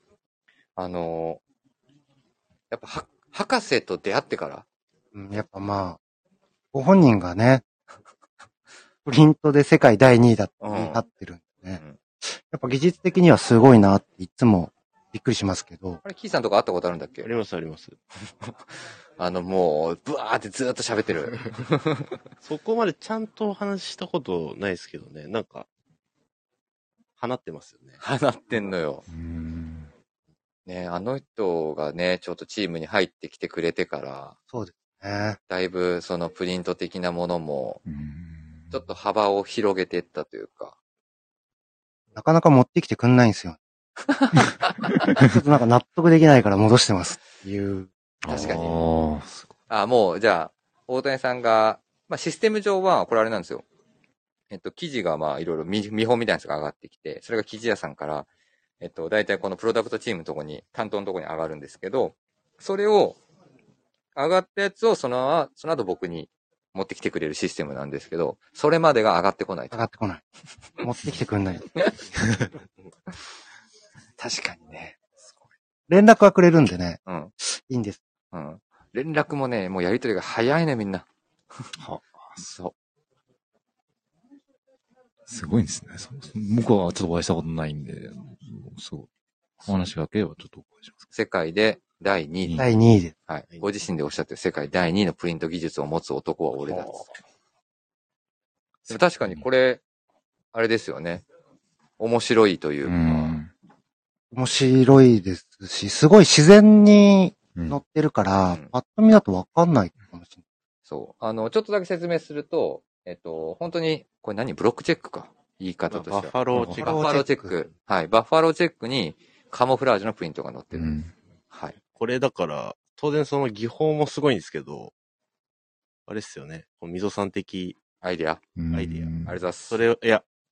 Speaker 1: やっぱ博士と出会ってから、
Speaker 2: やっぱまあ、ご本人がね、プリントで世界第2位だって言い張ってるんでね。やっぱ技術的にはすごいなっていつもびっくりしますけど。
Speaker 1: あれ、キーさんとか会ったことあるんだっけ？
Speaker 4: ありますあります。
Speaker 1: もう、ブワーってずーっと喋ってる。
Speaker 4: そこまでちゃんとお話ししたことないですけどね。なんか、放ってますよね。
Speaker 1: 放ってんのよ。ね、あの人がね、ちょっとチームに入ってきてくれてから、
Speaker 2: そうですね。
Speaker 1: だいぶそのプリント的なものも、ちょっと幅を広げていったというか。
Speaker 2: なかなか持ってきてくんないんですよ。ちょっとなんか納得できないから戻してますっていう。
Speaker 1: 確かに。もう、じゃあ、大谷さんが、まあ、システム上は、これあれなんですよ。記事がまあ、いろいろ見本みたいなやつが上がってきて、それが記事屋さんから、大体このプロダクトチームのとこに、担当のとこに上がるんですけど、それを、上がったやつをその後僕に持ってきてくれるシステムなんですけど、それまでが上がってこない。
Speaker 2: 上がってこない。持ってきてくんない。
Speaker 1: 確かにね。
Speaker 2: 連絡はくれるんでね。いいんです。
Speaker 1: 連絡もね、もうやりとりが早いね、みんな。そう。
Speaker 3: すごいですね。僕はちょっとお会いしたことないんで、すごい。お話がければちょっとお会いします。
Speaker 1: 世界で第2位。
Speaker 2: 第2位で。
Speaker 1: はい。ご自身でおっしゃってる世界第2位のプリント技術を持つ男は俺だ。でも確かにこれ、あれですよね。面白いというか。
Speaker 2: 面白いですし、すごい自然に乗ってるから、パッと見だとわかんないかもしれない。
Speaker 1: そう。ちょっとだけ説明すると、本当に、これ何？ブロックチェックか。言い方としては。
Speaker 4: バッファローチェック。
Speaker 1: バッファローチェック。はい。バッファローチェックにカモフラージュのプリントが載ってる。はい。
Speaker 4: これだから、当然その技法もすごいんですけど、あれっすよね。溝さん的
Speaker 1: アイデア。
Speaker 4: アイデア。
Speaker 1: ありがとうございます。
Speaker 4: それを、いや、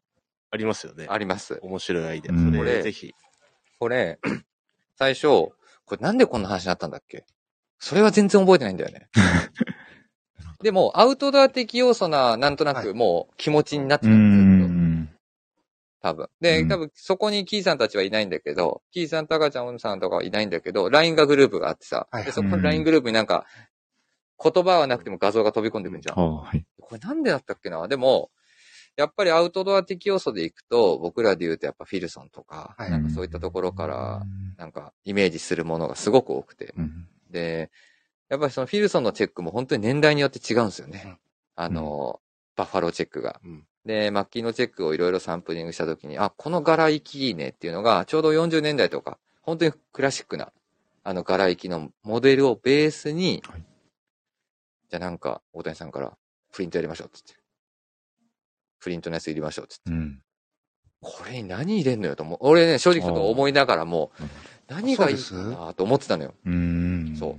Speaker 4: ありますよね。
Speaker 1: あります。
Speaker 4: 面白いアイデア。
Speaker 3: うん
Speaker 4: それ、ぜひ。
Speaker 1: これ、最初、これなんでこんな話になったんだっけ？それは全然覚えてないんだよね。でも、アウトドア的要素なんとなくもう気持ちになってたんですよ。多分。で、多分そこにキーさんたちはいないんだけど、キーさん、タカちゃんさんとかはいないんだけど、LINE がグループがあってさ、
Speaker 2: はい
Speaker 1: でそこの LINE グループになんか、言葉はなくても画像が飛び込んでくるじゃん。
Speaker 3: はい。
Speaker 1: これなんでだったっけな？でも、やっぱりアウトドア的要素でいくと、僕らで言うとやっぱフィルソンとか、
Speaker 2: はい
Speaker 1: なんかそういったところから、なんかイメージするものがすごく多くて。で、やっぱりそのフィルソンのチェックも本当に年代によって違うんですよね。バッファローチェックが。で、マッキーのチェックをいろいろサンプリングしたときに、あ、この柄行きいいねっていうのが、ちょうど40年代とか、本当にクラシックな、柄行きのモデルをベースに、じゃあなんか、大谷さんからプリントやりましょうって言って。プリントのやつ入れましょうって言って。これに何入れんのよと思う。俺ね、正直ちょっと思いながらも、何がいいかなと思ってたのよ。そう。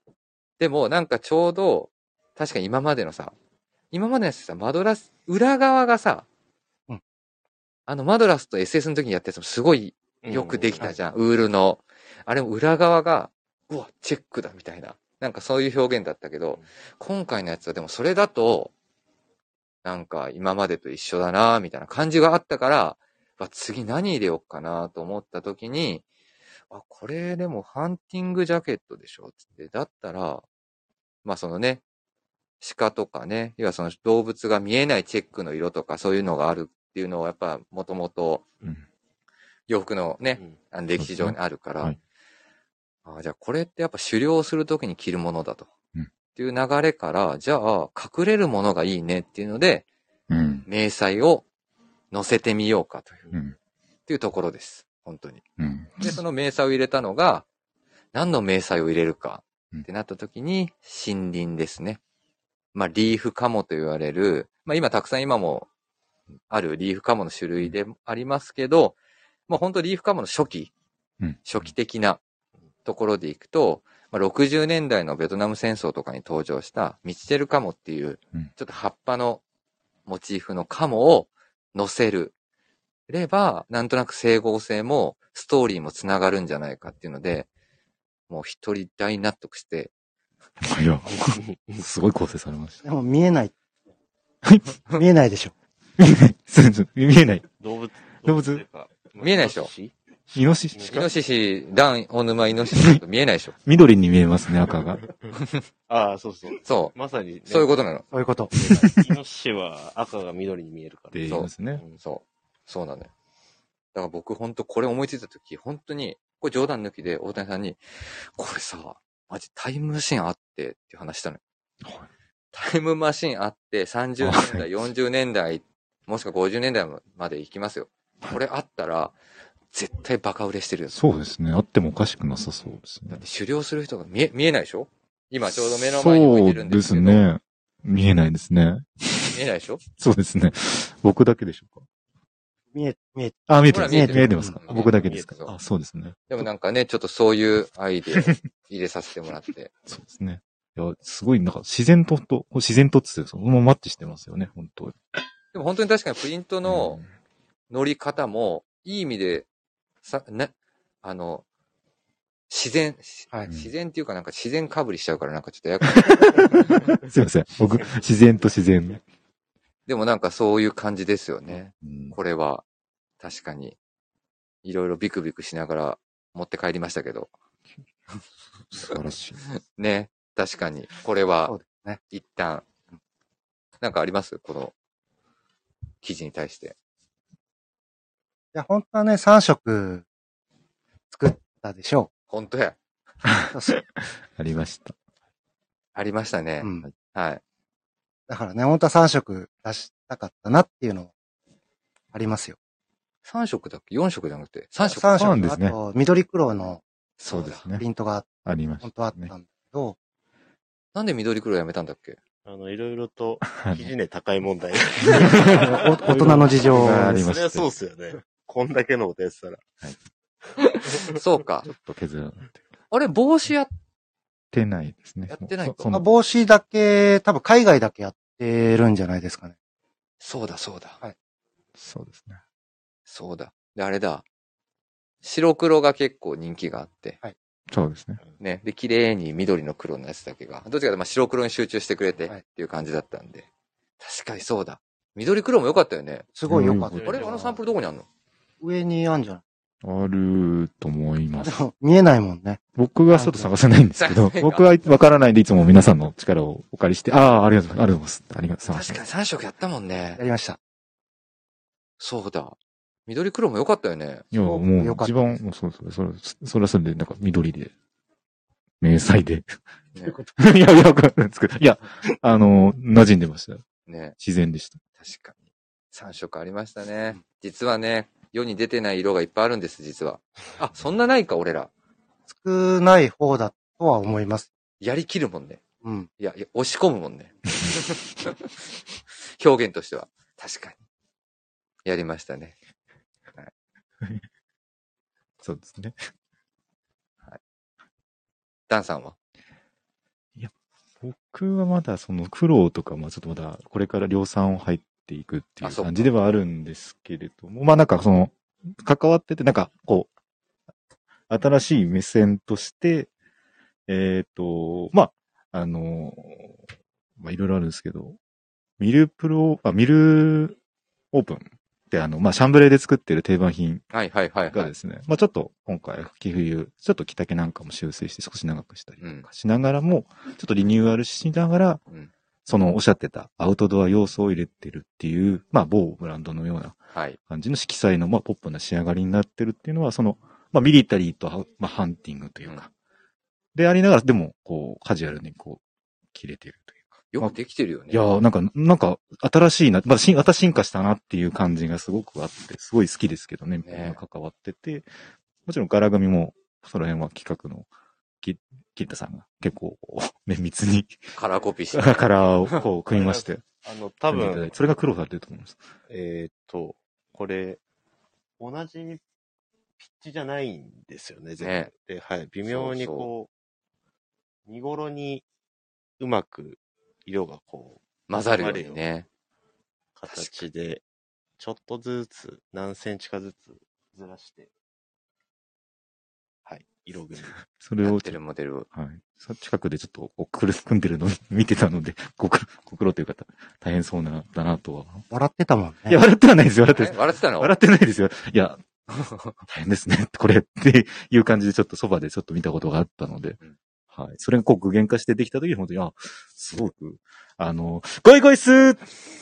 Speaker 1: でもなんかちょうど、確かに今までのやつさ、マドラス、裏側がさ、マドラスと SS の時にやったやつもすごいよくできたじゃん。ウールの。あれも裏側が、うわ、チェックだみたいな。なんかそういう表現だったけど、今回のやつはでもそれだと、なんか今までと一緒だなみたいな感じがあったから、次何入れようかなと思った時に、これでもハンティングジャケットでしょつって。だったら、そのね、鹿とかね、要はその動物が見えないチェックの色とかそういうのがあるっていうのはやっぱもともと洋服のね、歴史上にあるから、じゃあこれってやっぱ狩猟するときに着るものだと。っていう流れから、じゃあ隠れるものがいいねっていうので、迷彩を乗せてみようかという、っていうところです。本当に。で、その迷彩を入れたのが、何の迷彩を入れるかってなったときに、森林ですね。リーフカモと言われる、今たくさん今もあるリーフカモの種類でありますけど、本当リーフカモの初期的なところでいくと、60年代のベトナム戦争とかに登場したミッチェルカモっていう、ちょっと葉っぱのモチーフのカモを乗せるれば、なんとなく整合性もストーリーもつながるんじゃないかっていうので、もう一人大納得して、
Speaker 3: いや、すごい構成されました。
Speaker 2: でも見えない。見えないでしょ。
Speaker 3: 見えない。
Speaker 4: 動物
Speaker 1: 見えないでしょ。
Speaker 3: イノシシ
Speaker 1: イノシシ、ダン、オヌマイノシシと見えないでしょ。
Speaker 3: 緑に見えますね、赤が。
Speaker 4: ああ、そうそう。
Speaker 1: そう。
Speaker 4: まさに、ね。
Speaker 1: そういうことなの。
Speaker 2: そういうこと。
Speaker 4: イノシシは赤が緑に見えるから。
Speaker 3: って言いますね。
Speaker 1: そうなのよ。だから僕ほんとこれ思いついたとき、本当に、これ冗談抜きで大谷さんに、これさ、マジタイムマシンあってっていう話したのよ。タイムマシンあって30年代、40年代、もしくは50年代まで行きますよ。これあったら、絶対バカ売れしてるよ。
Speaker 3: そうですね。あってもおかしくなさそうですね。
Speaker 1: だって狩猟する人が見えないでしょ？今ちょうど目の前に置いてるんですけど。
Speaker 3: そうですね。見えないですね。
Speaker 1: 見えないでしょ？
Speaker 3: そうですね。僕だけでしょうか。
Speaker 2: 見えて
Speaker 3: ます。見えてますか？僕だけですか？あ、そうですね。
Speaker 1: でもなんかね、ちょっとそういうアイデアを入れさせてもらって。
Speaker 3: そうですね。いや、すごい、なんか自然とって言ってそのままマッチしてますよね、本当に。
Speaker 1: でも本当に確かにプリントの乗り方も、いい意味で、自然っていうかなんか自然かぶりしちゃうからなんかちょっとややこしい。
Speaker 3: すいません。僕、自然。
Speaker 1: でもなんかそういう感じですよね。これは、確かに、いろいろビクビクしながら持って帰りましたけど。
Speaker 3: 素晴らしい。
Speaker 1: ね、確かに。これは、
Speaker 2: ね、
Speaker 1: 一旦、なんかありますこの記事に対して。
Speaker 2: いや、本当はね、3色作ったでしょう。
Speaker 1: 本当や。
Speaker 3: ありました。
Speaker 1: ありましたね。はい。
Speaker 2: だからね、本当は3色出したかったなっていうのありますよ。
Speaker 1: 3色だっけ ?4 色じゃなくて3色。
Speaker 2: 3色
Speaker 3: ですね。
Speaker 2: あと、緑黒の
Speaker 3: そうですね。
Speaker 2: プリントが
Speaker 3: ありました、
Speaker 2: 本当はあったんだけど、
Speaker 1: なんで緑黒やめたんだっけ？
Speaker 4: いろいろと、記事値高い問題。
Speaker 2: 大人の事情
Speaker 3: がありました。
Speaker 4: それはそうっすよね。こんだけのことやってたら。
Speaker 3: はい。
Speaker 1: そうか。
Speaker 3: ちょっと削らない。
Speaker 1: あれ、帽子やって
Speaker 3: ないですね。
Speaker 1: やってないか。
Speaker 2: 帽子だけ、多分海外だけやってるんじゃないですかね。
Speaker 1: そうだ。
Speaker 2: はい。
Speaker 3: そうですね。
Speaker 1: そうだ。で、あれだ。白黒が結構人気があって。
Speaker 3: そうですね。
Speaker 1: ね。で、綺麗に緑の黒のやつだけが、どっちかというとまあ白黒に集中してくれてっていう感じだったんで。確かにそうだ。緑黒も良かったよね。
Speaker 2: すごい良かった。
Speaker 4: うん
Speaker 1: あれあのサンプルどこにあんの？
Speaker 2: 上にあんじゃない？
Speaker 3: あると思います。
Speaker 2: でも見えないもんね。
Speaker 3: 僕はちょっと探せないんですけど、僕はわからないんでいつも皆さんの力をお借りして、ありがとうございます。ありがとうございます。
Speaker 1: 確かに3色やったもんね
Speaker 2: や。りました。
Speaker 1: そうだ。緑黒も良かったよね。
Speaker 3: いや、もう
Speaker 2: よかった
Speaker 3: 一番、もうそうそう、それはそれで、なんか緑で、迷彩で。
Speaker 1: ね。
Speaker 3: いや、わかんないですけど、いや、馴染んでました。
Speaker 1: ね。
Speaker 3: 自然でした。
Speaker 1: 確かに。3色ありましたね。実はね、世に出てない色がいっぱいあるんです、実は。あ、そんなないか、俺ら。
Speaker 2: 少ない方だとは思います。
Speaker 1: やりきるもんね。
Speaker 2: うん。
Speaker 1: いや、押し込むもんね。表現としては。確かに。やりましたね。
Speaker 3: そうですね。
Speaker 1: ダンさんは？
Speaker 3: 僕はまだその苦労とか、まあちょっとまだこれから量産を入っていくっていう感じではあるんですけれども、まあなんかその、関わってて、なんかこう、新しい目線として、まあ、まあいろいろあるんですけど、ミルオープンってまあシャンブレーで作ってる定番品
Speaker 1: はいはいはいはい。
Speaker 3: がですね、まあちょっと今回秋冬、ちょっと着丈なんかも修正して少し長くしたりとかしながらも、ちょっとリニューアルしながら、
Speaker 1: うん。
Speaker 3: そのおっしゃってたアウトドア要素を入れてるっていう、まあ某ブランドのような
Speaker 1: はい。
Speaker 3: 感じの色彩のまあポップな仕上がりになってるっていうのは、その、まあミリタリーとまあハンティングというか、でありながら、でもこうカジュアルにこう着れてるというか。
Speaker 1: よくできてるよね。
Speaker 3: いやーなんか新しいな、また進化したなっていう感じがすごくあって、すごい好きですけどね、関わってて、もちろん柄組も、その辺は企画のキッタさんが結構綿密に
Speaker 1: カラーコピーして。
Speaker 3: カラーをこう組みまして。
Speaker 4: 多分、
Speaker 3: それが苦労されてると思います。
Speaker 4: これ、同じピッチじゃないんですよね、全部。
Speaker 1: ね。
Speaker 4: で、はい。微妙にこう、見頃にうまく色がこう、
Speaker 1: 混ざるようにね。
Speaker 4: 形で、ちょっとずつ、何センチかずつずらして、はい、色組み。
Speaker 3: それを、
Speaker 1: やってるモデルを。
Speaker 3: はい。近くでちょっとこう組んでるのを見てたので、ご苦労という方、大変そうだなとは。
Speaker 2: 笑ってたもんね。
Speaker 3: いや、笑ってはないですよ、笑
Speaker 1: ってたの？
Speaker 3: 笑ってないですよ。いや、大変ですね、これっていう感じでちょっとそばでちょっと見たことがあったので、はい。それがこう具現化してできた時に本当に、すごく、ゴイゴイスー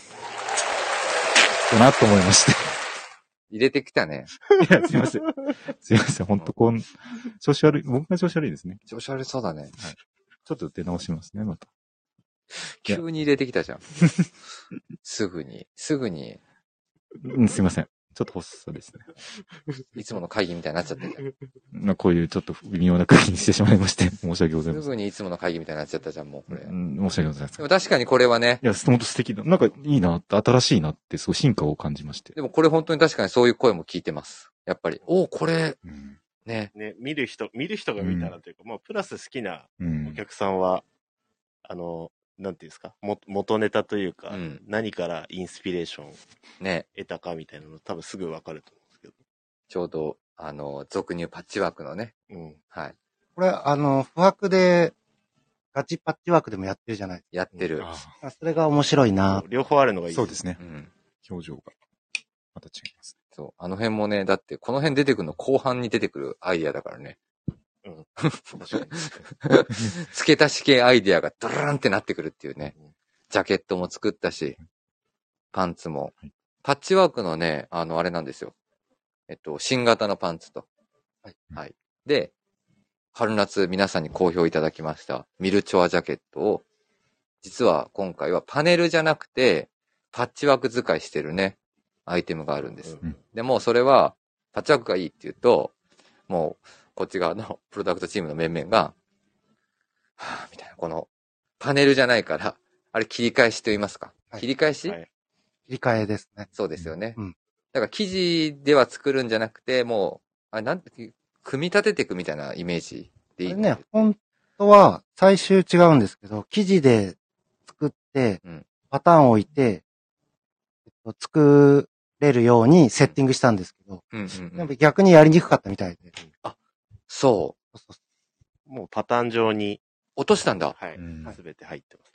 Speaker 3: だなと思いまして。
Speaker 1: 入れてきたね。
Speaker 3: いや、すいません。すいません。本当調子悪い。僕が調子悪いですね。
Speaker 1: 調子悪そうだね。
Speaker 3: はい。ちょっと出直しますね、また。
Speaker 1: 急に入れてきたじゃん。すぐに。
Speaker 3: うん、すいません。ちょっと発作ですね。
Speaker 1: いつもの会議みたいになっちゃってるじゃん。
Speaker 3: こういうちょっと微妙な会議にしてしまいまして、申し訳ございません。
Speaker 1: すぐにいつもの会議みたいになっちゃったじゃん、もうこれ。
Speaker 3: 申し訳ございません。
Speaker 1: でも確かにこれはね。
Speaker 3: いや、本当素敵だ。なんかいいなって、新しいなって、すごい進化を感じまして。
Speaker 1: でもこれ本当に確かにそういう声も聞いてます。やっぱり。これ、ね。
Speaker 4: ね、見る人が見たらというか、まあ、プラス好きなお客さんは、なんていうんですか、元ネタというか、何からインスピレーション
Speaker 1: ね
Speaker 4: 得たかみたいなの多分すぐわかると思うんですけど。
Speaker 1: ちょうど、俗入パッチワークのね。はい。
Speaker 2: これ、不白で、ガチパッチワークでもやってるじゃないですか。
Speaker 1: やってる。
Speaker 2: それが面白いな。
Speaker 4: 両方あるのがいい。
Speaker 3: そうですね。表情が、また違います。
Speaker 1: そう。あの辺もね、だってこの辺出てくるの後半に出てくるアイディアだからね。付け足し系アイディアがドラーンってなってくるっていうね。ジャケットも作ったし、パンツも。パッチワークのね、あれなんですよ。新型のパンツと。はい。で、春夏皆さんに好評いただきましたミルチョアジャケットを、実は今回はパネルじゃなくて、パッチワーク使いしてるね、アイテムがあるんです。でもそれは、パッチワークがいいって言うと、もう、こっち側のプロダクトチームの面々が、はぁ、みたいな、この、パネルじゃないから、あれ切り返しと言いますか。切り返し、
Speaker 2: 切り替えですね。
Speaker 1: そうですよね。だから生地では作るんじゃなくて、もう、なんて、組み立てていくみたいなイメージでいい
Speaker 2: ね。本当は最終違うんですけど、生地で作って、パターンを置いて、作れるようにセッティングしたんですけど、
Speaker 1: うんうんうん。
Speaker 2: でも逆にやりにくかったみたいで。
Speaker 1: そう。
Speaker 2: そうそう
Speaker 4: もうパターン上に、
Speaker 1: 落としたんだ。
Speaker 4: はい
Speaker 3: うん。
Speaker 4: すべて入ってます。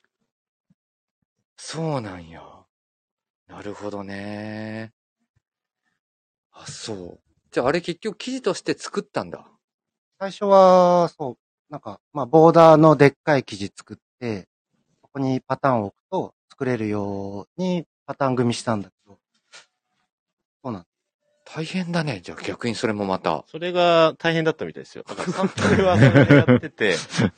Speaker 1: そうなんや。なるほどね。あ、そう。じゃああれ結局生地として作ったんだ。
Speaker 2: 最初は、そう、なんか、まあ、ボーダーのでっかい生地作って、ここにパターンを置くと作れるようにパターン組みしたんだけど、そうなん
Speaker 1: 大変だね。じゃあ逆にそれもまた。
Speaker 4: それが大変だったみたいですよ。だからサンプルはそれでやってて、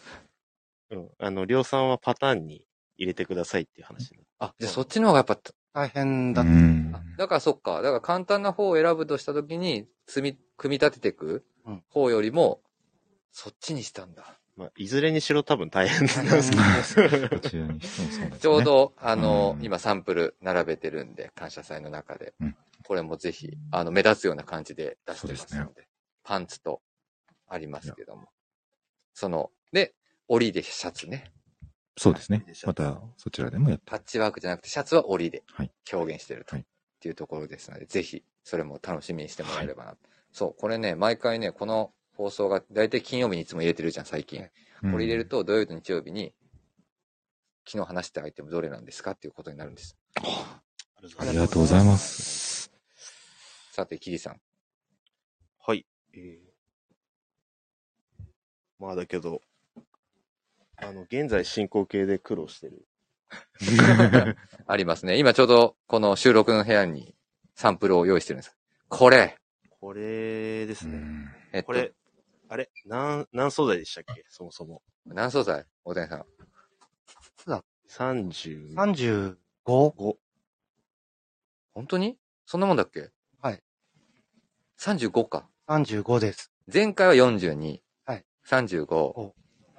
Speaker 4: 量産はパターンに入れてくださいっていう話になって。
Speaker 1: あ、じゃあそっちの方がやっぱ、
Speaker 2: 大変だった。
Speaker 3: うん。
Speaker 1: だからそっか。だから簡単な方を選ぶとしたときに、組み立てていく方よりも、そっちにしたんだ。
Speaker 4: まあ、いずれにしろ多分大変なんですけど。
Speaker 3: どちらにしてもそうですね。
Speaker 1: ちょうど、
Speaker 3: うん
Speaker 1: 今サンプル並べてるんで、感謝祭の中で。
Speaker 3: うん
Speaker 1: これもぜひ、目立つような感じで出してます
Speaker 3: そうで
Speaker 1: ので。パンツとありますけども。で、折りでシャツね。
Speaker 3: そうですね
Speaker 4: はい。
Speaker 3: また、そちらでもやって。
Speaker 1: パッチワークじゃなくて、シャツは折りで
Speaker 3: はい
Speaker 1: 表現してると、
Speaker 3: はい
Speaker 1: っていうところですので、ぜひ、それも楽しみにしてもらえればな。そう、これね、毎回ね、この放送が、だいたい金曜日にいつも入れてるじゃん、最近。これ入れると、土曜日と日曜日に、昨日話したアイテムどれなんですかっていうことになるんです。
Speaker 3: ありがとうございます。
Speaker 1: さて、キリさん。
Speaker 4: はい。まあだけど、現在進行形で苦労してる。
Speaker 1: ありますね。今ちょうど、この収録の部屋にサンプルを用意してるんです。これ
Speaker 4: これですね。
Speaker 3: うん
Speaker 4: これ、あれ何素材でしたっけそもそも。
Speaker 1: 何素材大谷さん。
Speaker 4: 35。
Speaker 2: 35?
Speaker 1: 本当にそんなもんだっけ
Speaker 2: はい。
Speaker 1: 35か。
Speaker 2: 35です。
Speaker 1: 前回は42。
Speaker 2: はい。
Speaker 1: 35。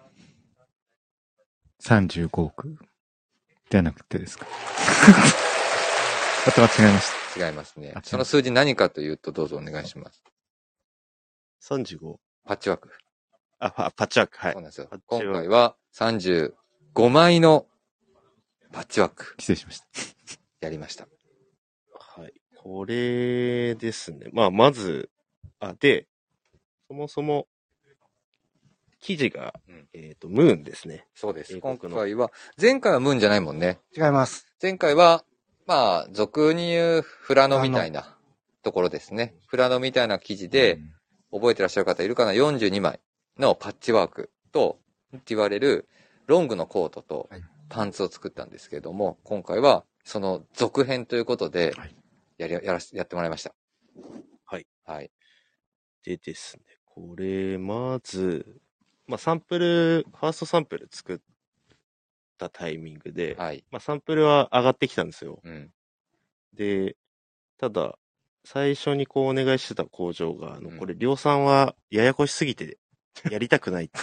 Speaker 3: 35億ではなくてですか。また間違えまし
Speaker 1: 違いますね
Speaker 3: あ。
Speaker 1: その数字何かというと、どうぞお願いします。
Speaker 4: 35。
Speaker 1: パッチワーク。
Speaker 4: あ、パッチワーク。はい
Speaker 1: そう。なんですよ
Speaker 4: パッ。チワーク
Speaker 1: 今回は35枚のパッチワーク
Speaker 3: た。失礼しました。
Speaker 1: やりました。
Speaker 4: はい。これですね。まあ、まず、で、そもそも、生地が、
Speaker 1: うん
Speaker 4: ムーンですね。
Speaker 1: そうです。今
Speaker 4: 英国の
Speaker 1: 回は、前回はムーンじゃないもんね。
Speaker 2: 違います。
Speaker 1: 前回は、まあ、俗に言うフラノみたいなところですね。フラノみたいな生地で、覚えてらっしゃる方いるかな ?42 枚のパッチワークと、って言われるロングのコートと
Speaker 2: はい
Speaker 1: パンツを作ったんですけれども、今回はその続編ということで
Speaker 3: はい、
Speaker 1: やってもらいました。
Speaker 4: はい。
Speaker 1: はい。
Speaker 4: でですね、これ、まず、まあ、ファーストサンプル作ったタイミングで、
Speaker 1: はい。
Speaker 4: まあ、サンプルは上がってきたんですよ。
Speaker 1: うん。
Speaker 4: で、ただ、最初にこうお願いしてた工場が、
Speaker 1: うん
Speaker 4: これ量産はややこしすぎてやりたくないって。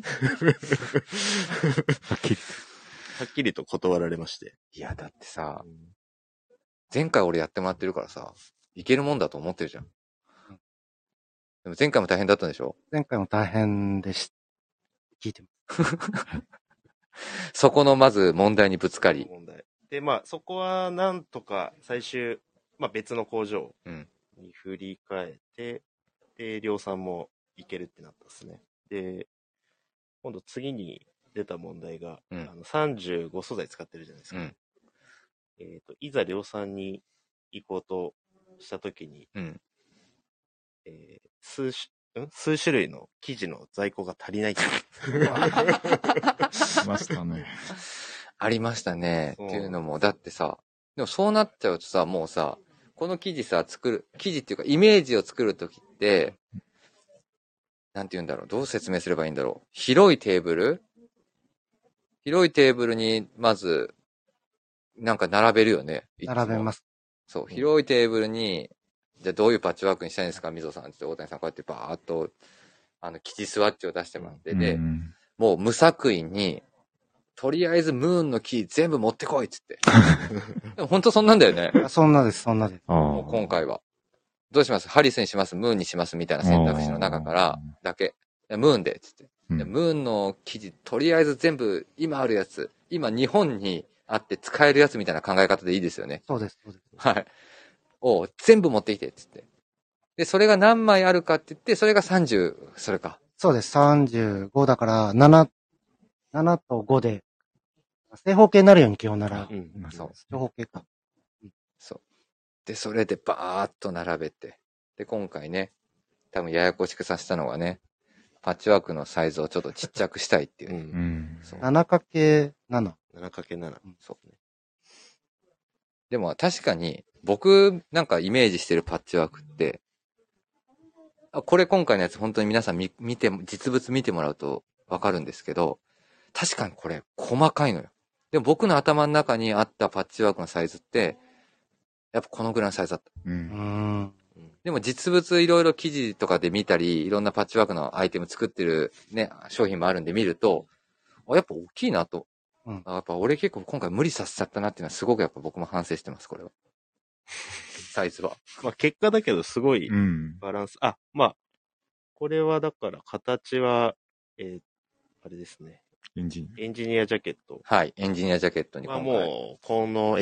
Speaker 3: はっきり。
Speaker 4: はっきりと断られまして。
Speaker 1: いや、だってさ、前回俺やってもらってるからさ、いけるもんだと思ってるじゃん。でも前回も大変だったんでしょ？
Speaker 2: 前回も大変でした。聞いてます。
Speaker 1: そこのまず問題にぶつかり。
Speaker 4: 問題。で、まあ、そこはなんとか最終、まあ別の工場
Speaker 1: うん。
Speaker 4: に振り返って、で、量産もいけるってなったんですね。で、今度次に出た問題が、
Speaker 1: うん
Speaker 4: 35素材使ってるじゃないですか。
Speaker 1: うん。
Speaker 4: いざ量産に行こうとしたときに、
Speaker 1: うん。
Speaker 4: 数種類の生地の在庫が足りないって
Speaker 3: しましたね。
Speaker 1: ありましたね。
Speaker 4: そう
Speaker 1: っていうのも、だってさ、でもそうなっちゃうとさ、もうさ、この生地っていうかイメージを作るときって、なんて言うんだろう、どう説明すればいいんだろう。広いテーブルに、まず、なんか並べるよね。いつも
Speaker 2: 並べます。
Speaker 1: そう、広いテーブルに、じゃあどういうパッチワークにしたいんですか、みぞさんって大谷さんこうやってバーっと、生地スワッチを出してもらって、で、
Speaker 3: うん
Speaker 1: もう無作為に、とりあえずムーンの木全部持ってこいっつって。でも本当そんなんだよね。
Speaker 2: あそんなです、そんなです。
Speaker 1: もう今回は。どうしますハリスにしますムーンにしますみたいな選択肢の中からだけ。ムーンでっつって。
Speaker 3: うん
Speaker 1: でムーンの生地、とりあえず全部今あるやつ、今日本にあって使えるやつみたいな考え方でいいですよね。
Speaker 2: そうです、そうです。
Speaker 1: はい。 を全部持ってきて、つって。で、それが何枚あるかって言って、それが30、それか。
Speaker 2: そうです。35だから、7と5で、正方形になるように基本なら、
Speaker 1: そう。
Speaker 2: 長方形か。
Speaker 1: そう。で、それでバーっと並べて。で、今回ね、多分ややこしくさせたのはね、パッチワークのサイズをちょっとちっちゃくしたいっていうね。そう
Speaker 2: 7×7。
Speaker 4: 7×7。
Speaker 1: そうね。でも確かに、僕なんかイメージしてるパッチワークって、これ今回のやつ本当に皆さん見て、実物見てもらうとわかるんですけど、確かにこれ細かいのよ。でも僕の頭の中にあったパッチワークのサイズって、やっぱこのぐらいのサイズだった。でも実物いろいろ記事とかで見たり、いろんなパッチワークのアイテム作ってるね、商品もあるんで見ると、やっぱ大きいなと。やっぱ俺結構今回無理させちゃったなっていうのはすごくやっぱ僕も反省してます、これは。サイズは。
Speaker 4: まあ結果だけどすごいバランス。まあ、これはだから形は、あれですね。エンジニアジャケット。
Speaker 1: はい、エンジニアジャケットに今回。
Speaker 4: もう、この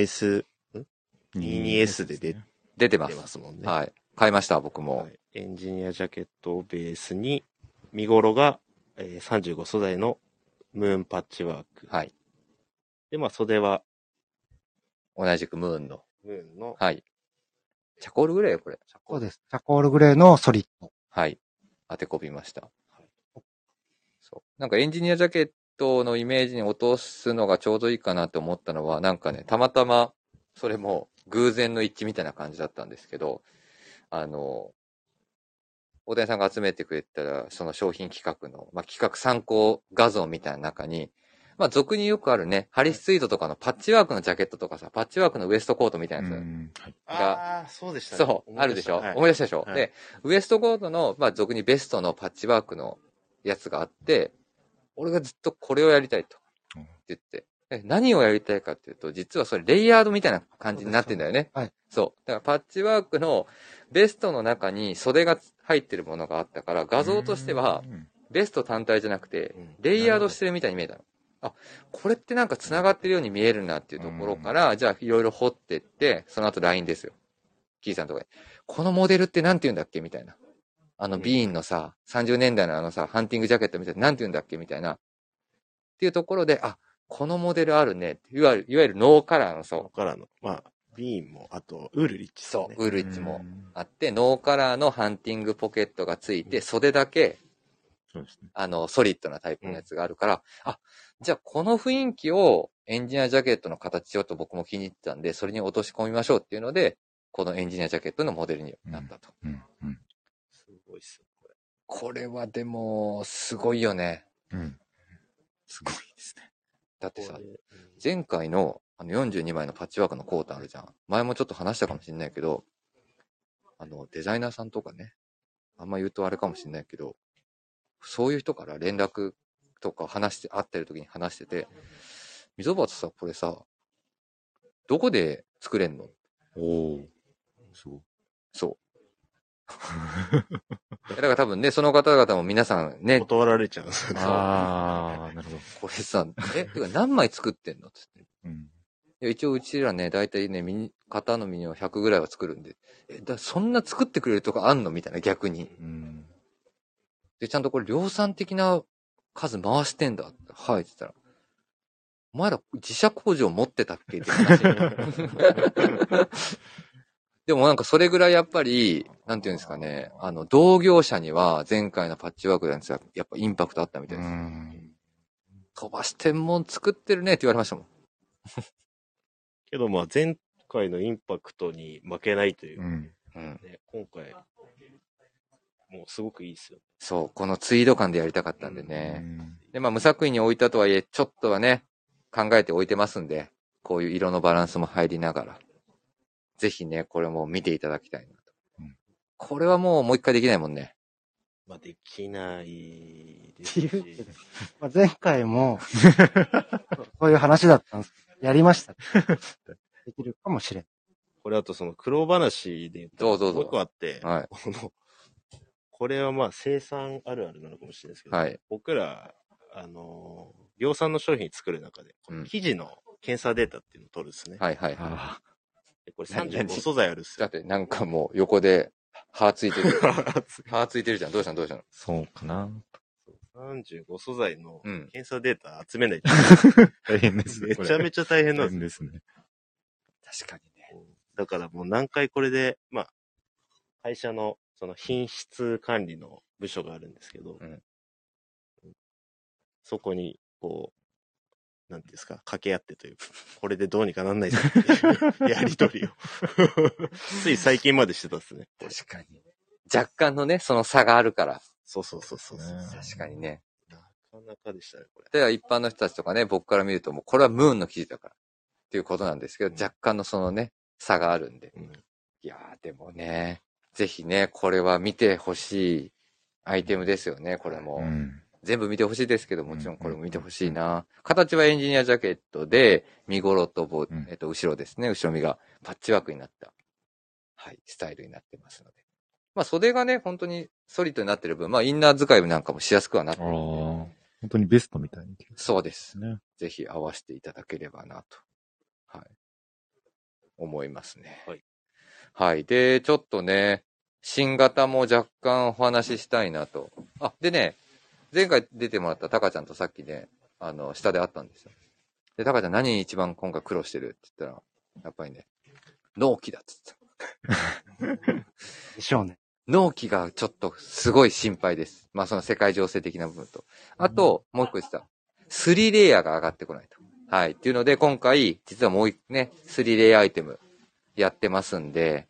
Speaker 4: 22S で
Speaker 1: 出てます。
Speaker 4: 出ますもんね。
Speaker 1: はい。買いました、僕も。
Speaker 4: エンジニアジャケットをベースに、見頃が、35素材のムーンパッチワーク。
Speaker 1: はい。
Speaker 4: で、まあ袖は、
Speaker 1: 同じくムーンの。
Speaker 4: はい。
Speaker 1: チャコールグレーよ、これ。
Speaker 2: そうです。チャコールグレーのソリッド。
Speaker 1: はい。当て込みました。はい。そう。なんかエンジニアジャケットのイメージに落とすのがちょうどいいかなと思ったのは、なんかね、たまたま、それも偶然の一致みたいな感じだったんですけど、大谷さんが集めてくれたその商品企画の、企画参考画像みたいな中に、俗によくあるね、ハリスツイートとかのパッチワークのジャケットとかさ、パッチワークのウエストコートみたいなやつが、
Speaker 4: そうでしたね。
Speaker 1: そう、あるでしょ、思い出したでしょ、で、ウエストコートの、俗にベストのパッチワークのやつがあって、俺がずっとこれをやりたいと言って、何をやりたいかっていうと、実はそれレイヤードみたいな感じになってんだよね。
Speaker 2: はい。
Speaker 1: そう。だからパッチワークのベストの中に袖が入ってるものがあったから、画像としては、ベスト単体じゃなくて、レイヤードしてるみたいに見えたの。これってなんか繋がってるように見えるなっていうところから、じゃあいろいろ掘ってって、その後 LINE ですよ。キーさんとかで。このモデルってなんて言うんだっけみたいな。ビーンのさ、30年代のハンティングジャケットみたいな、なんて言うんだっけみたいな。っていうところで、このモデルあるね。いわゆるノーカラーのそう。ノ
Speaker 4: ーカラーの。ビーンも、あと、ウールリッチ、
Speaker 1: ね。そう、ウールリッチもあって、ノーカラーのハンティングポケットがついて、袖だけ、そうですね。ソリッドなタイプのやつがあるから、じゃあこの雰囲気をエンジニアジャケットの形ちょっと僕も気に入ってたんで、それに落とし込みましょうっていうので、このエンジニアジャケットのモデルになったと。
Speaker 4: すごいっすよ、これ。
Speaker 1: これはでも、すごいよね。
Speaker 3: すごいですね。
Speaker 1: だってさ、前回の42枚のパッチワークのコートあるじゃん。前もちょっと話したかもしれないけど、デザイナーさんとかね、あんま言うとあれかもしれないけど、そういう人から連絡とか会ってる時に話してて、溝端さ、これさ、どこで作れんの？すごい。そう。だから多分ね、その方々も皆さんね。
Speaker 4: 断られちゃう。
Speaker 3: なるほど。
Speaker 1: これさ、てか何枚作ってんのつって。いや一応うちらね、だいたいね、型のミニを100ぐらいは作るんで。そんな作ってくれるとかあんのみたいな、逆に。で、ちゃんとこれ量産的な数回してんだって。はい、って言ったら。お前ら自社工場持ってたっけって話。でもなんかそれぐらいやっぱり、なんていうんですかね、同業者には前回のパッチワークなんですが、やっぱインパクトあったみたいです。飛ばしてんもん作ってるねって言われましたもん。
Speaker 4: けど前回のインパクトに負けないという。ね、今回、もうすごくいいですよ。
Speaker 1: そう、このツイード感でやりたかったんでね。で、無作為に置いたとはいえ、ちょっとはね、考えておいてますんで、こういう色のバランスも入りながら、ぜひね、これも見ていただきたいなと。これはもう一回できないもんね。
Speaker 4: できないですし。
Speaker 2: 前回も、そういう話だったんですけど、やりました。できるかもしれん。
Speaker 4: これあとその苦労話で言ったら、もう一個あって、これは生産あるあるなのかもしれないですけど、僕ら、量産の商品作る中で、生地の検査データっていうのを取るんですね。 これ35素材あるっすよ。
Speaker 1: だってなんかもう横で歯ついてる。歯ついてるじゃん。どうしたのどうしたの？
Speaker 3: そうかな。
Speaker 4: 35素材の
Speaker 1: うん。
Speaker 4: 検査データ集めないと。
Speaker 3: 大変ですね。
Speaker 4: めちゃめちゃ大変なん
Speaker 3: 大
Speaker 4: ですよ。
Speaker 3: 変ですね。
Speaker 1: 確かにね。
Speaker 4: だからもう何回これで、まあ、会社のその品質管理の部署があるんですけど、
Speaker 1: うん
Speaker 4: そこに、こう、なんていうんですか、掛け合ってというか、これでどうにかなんないかっていうやりとりを、つい最近までしてたっすね。
Speaker 1: 確かに。若干のね、その差があるから。
Speaker 4: そうそうそうそう。
Speaker 1: 確かにね。
Speaker 4: なかなかでしたね、これ。
Speaker 1: では一般の人たちとかね、僕から見るともうこれはムーンの記事だから。っていうことなんですけど、若干のそのね、差があるんで。いやー、でもね、ぜひね、これは見てほしいアイテムですよね、これも。
Speaker 3: うん。
Speaker 1: 全部見てほしいですけど、もちろんこれも見てほしいな。形はエンジニアジャケットで、見頃と後ろですね、後ろ身がパッチワークになった、はい、スタイルになってますので。まあ袖がね、本当にソリッドになってる分、まあインナー使いなんかもしやすくはなってる。
Speaker 3: 本当にベストみたいに。
Speaker 1: そうです
Speaker 3: ね。
Speaker 1: ぜひ合わせていただければなと、はい、思いますね。
Speaker 4: はい。
Speaker 1: はい。で、ちょっとね、新型も若干お話ししたいなと。あ、でね、前回出てもらったタカちゃんとさっきね、下で会ったんですよ。で、タカちゃん何一番今回苦労してるって言ったら、やっぱりね、納期だって言ってた。
Speaker 2: でしょうね。
Speaker 1: 納期がちょっとすごい心配です。まあその世界情勢的な部分と。あと、もう一個言ってた。3レイヤーが上がってこないと。はい。っていうので、今回、実はもう一個ね、3レイヤーアイテムやってますんで、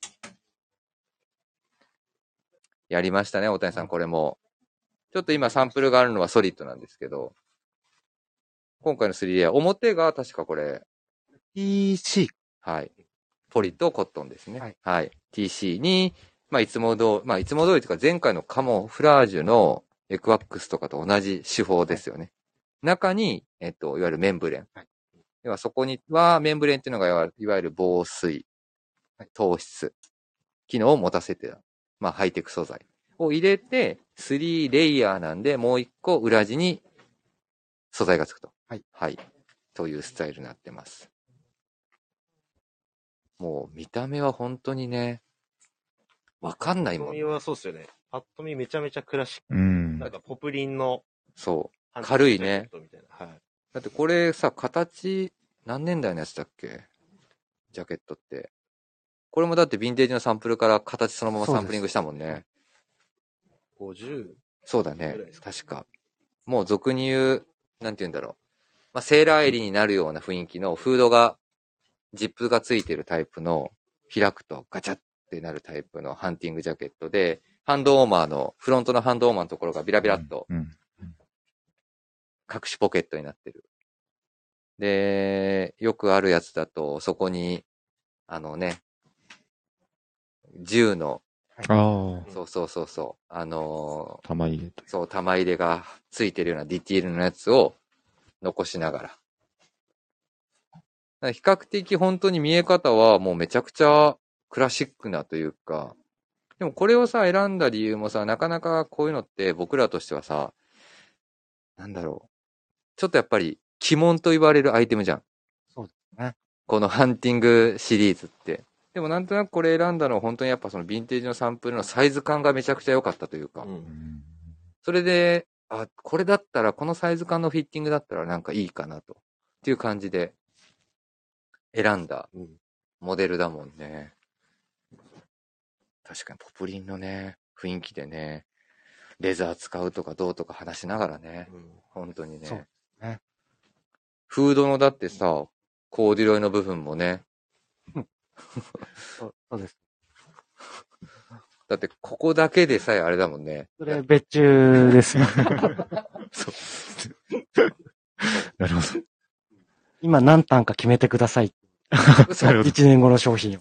Speaker 1: やりましたね、大谷さん、これも。ちょっと今サンプルがあるのはソリッドなんですけど、今回の3レイヤー、表が確かこれ、
Speaker 2: TC。
Speaker 1: はい。ポリとコットンですね。
Speaker 2: はい。
Speaker 1: はい。TC に、まあいつも通り、いつも通りというか前回のカモフラージュのエクワックスとかと同じ手法ですよね。はい、中に、いわゆるメンブレン。はい、ではそこには、メンブレンっていうのがいわゆる防水、糖質、機能を持たせて、まあハイテク素材を入れて、3レイヤーなんで、もう一個裏地に素材がつくと。
Speaker 2: はい。
Speaker 1: はい。というスタイルになってます。もう見た目は本当にね、わかんないもん。
Speaker 4: パッと見はそうっすよね。パッと見めちゃめちゃクラシック。
Speaker 3: うん。
Speaker 4: なんかポプリンの。
Speaker 1: そう。軽いね。
Speaker 4: はい。
Speaker 1: だってこれさ、形、何年代のやつだっけ？ジャケットって。これもだってヴィンテージのサンプルから形そのままサンプリングしたもんね。
Speaker 4: 50？
Speaker 1: そうだね。確か。もう俗に言う、なんて言うんだろう。まあ、セーラー襟になるような雰囲気のフードが、ジップがついてるタイプの、開くとガチャってなるタイプのハンティングジャケットで、ハンドウォーマーの、フロントのハンドウォーマーのところがビラビラっと、隠しポケットになってる。で、よくあるやつだと、そこに、銃の、そう、
Speaker 3: 玉入れと。
Speaker 1: そう、玉入れがついてるようなディティールのやつを残しながら。比較的本当に見え方はもうめちゃくちゃクラシックなというか、でもこれをさ、選んだ理由もさ、なかなかこういうのって僕らとしてはさ、なんだろう。ちょっとやっぱり鬼門と言われるアイテムじゃん。
Speaker 2: そうですね。こ
Speaker 1: のハンティングシリーズって。でもなんとなくこれ選んだのは本当にやっぱそのヴィンテージのサンプルのサイズ感がめちゃくちゃ良かったというか。それで、これだったら、このサイズ感のフィッティングだったらなんかいいかなと。っていう感じで選んだモデルだもんね。確かにポプリンのね、雰囲気でね、レザー使うとかどうとか話しながらね、本当にね。そうね。フードのだってさ、コーデュロイの部分もね。
Speaker 2: そうです。
Speaker 1: だってここだけでさえあれだもんね。
Speaker 2: それ別注ですよ。
Speaker 3: そう。なるほど。
Speaker 2: 今何単か決めてください。1年後の商品を。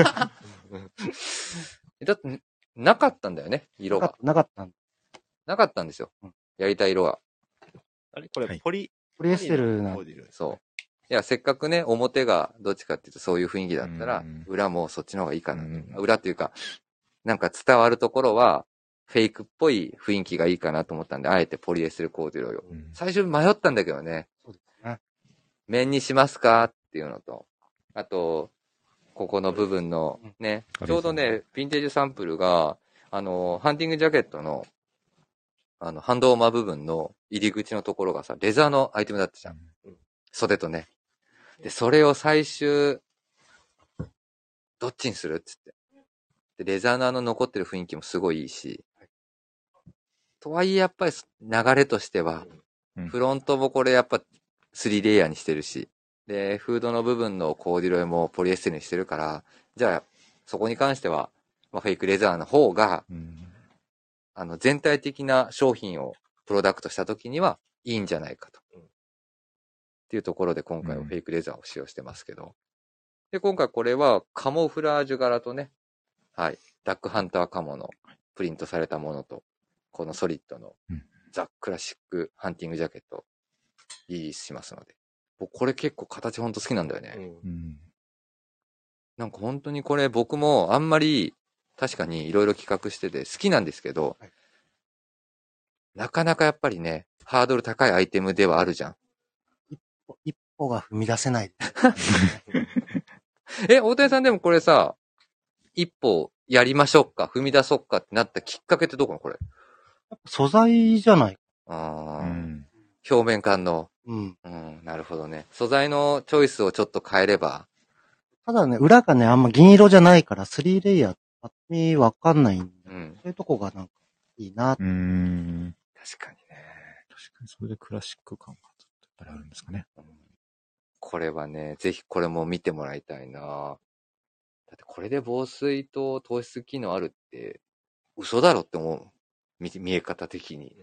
Speaker 1: だって、なかったんだよね、色が。
Speaker 2: なかった
Speaker 1: んですよ。やりたい色が。
Speaker 4: あれこれ、ポリ
Speaker 2: エステルな。
Speaker 1: そう。いや、せっかくね、表がどっちかっていうとそういう雰囲気だったら、裏もそっちの方がいいかな。裏っていうか、なんか伝わるところは、フェイクっぽい雰囲気がいいかなと思ったんで、あえてポリエステルコーデュロイを。最初迷ったんだけどね。そうですね。面にしますかっていうのと、あと、 ここの部分のね、
Speaker 3: うん
Speaker 1: ちょうどね、ヴィンテージサンプルが、ハンティングジャケットの、ハンドウォーマー部分の入り口のところがさ、レザーのアイテムだったじゃん。袖とね。で、それを最終、どっちにするっつって。で、レザーの残ってる雰囲気もすごいいいし。とはいえ、やっぱり流れとしては、フロントもこれやっぱ3レイヤーにしてるし。で、フードの部分のコーディロイもポリエステルにしてるから、じゃあ、そこに関しては、フェイクレザーの方が、全体的な商品をプロダクトした時にはいいんじゃないかと。っていうところで今回はフェイクレザーを使用してますけど。で、今回これはカモフラージュ柄とね、はい、ダックハンターカモのプリントされたものと、このソリッドのザ・クラシックハンティングジャケットをリリースしますので。僕これ結構形ほんと好きなんだよね。なんか本当にこれ僕もあんまり確かにいろいろ企画してて好きなんですけど、なかなかやっぱりね、ハードル高いアイテムではあるじゃん。
Speaker 2: 一歩が踏み出せない。
Speaker 1: 大谷さんでもこれさ、一歩やりましょうか、踏み出そうかってなったきっかけってどこのこれ？
Speaker 2: 素材じゃない。
Speaker 1: 表面感の。なるほどね。素材のチョイスをちょっと変えれば。
Speaker 2: ただね、裏がね、あんま銀色じゃないから、3レイヤー、パッと見わかんないんで、そういうとこがなんかいいな。
Speaker 1: 確かにね。
Speaker 3: 確かにそれでクラシック感がやっぱりあるんですかね。
Speaker 1: これはね、ぜひこれも見てもらいたいな。だってこれで防水と透湿機能あるって、嘘だろって思う。見え方的に。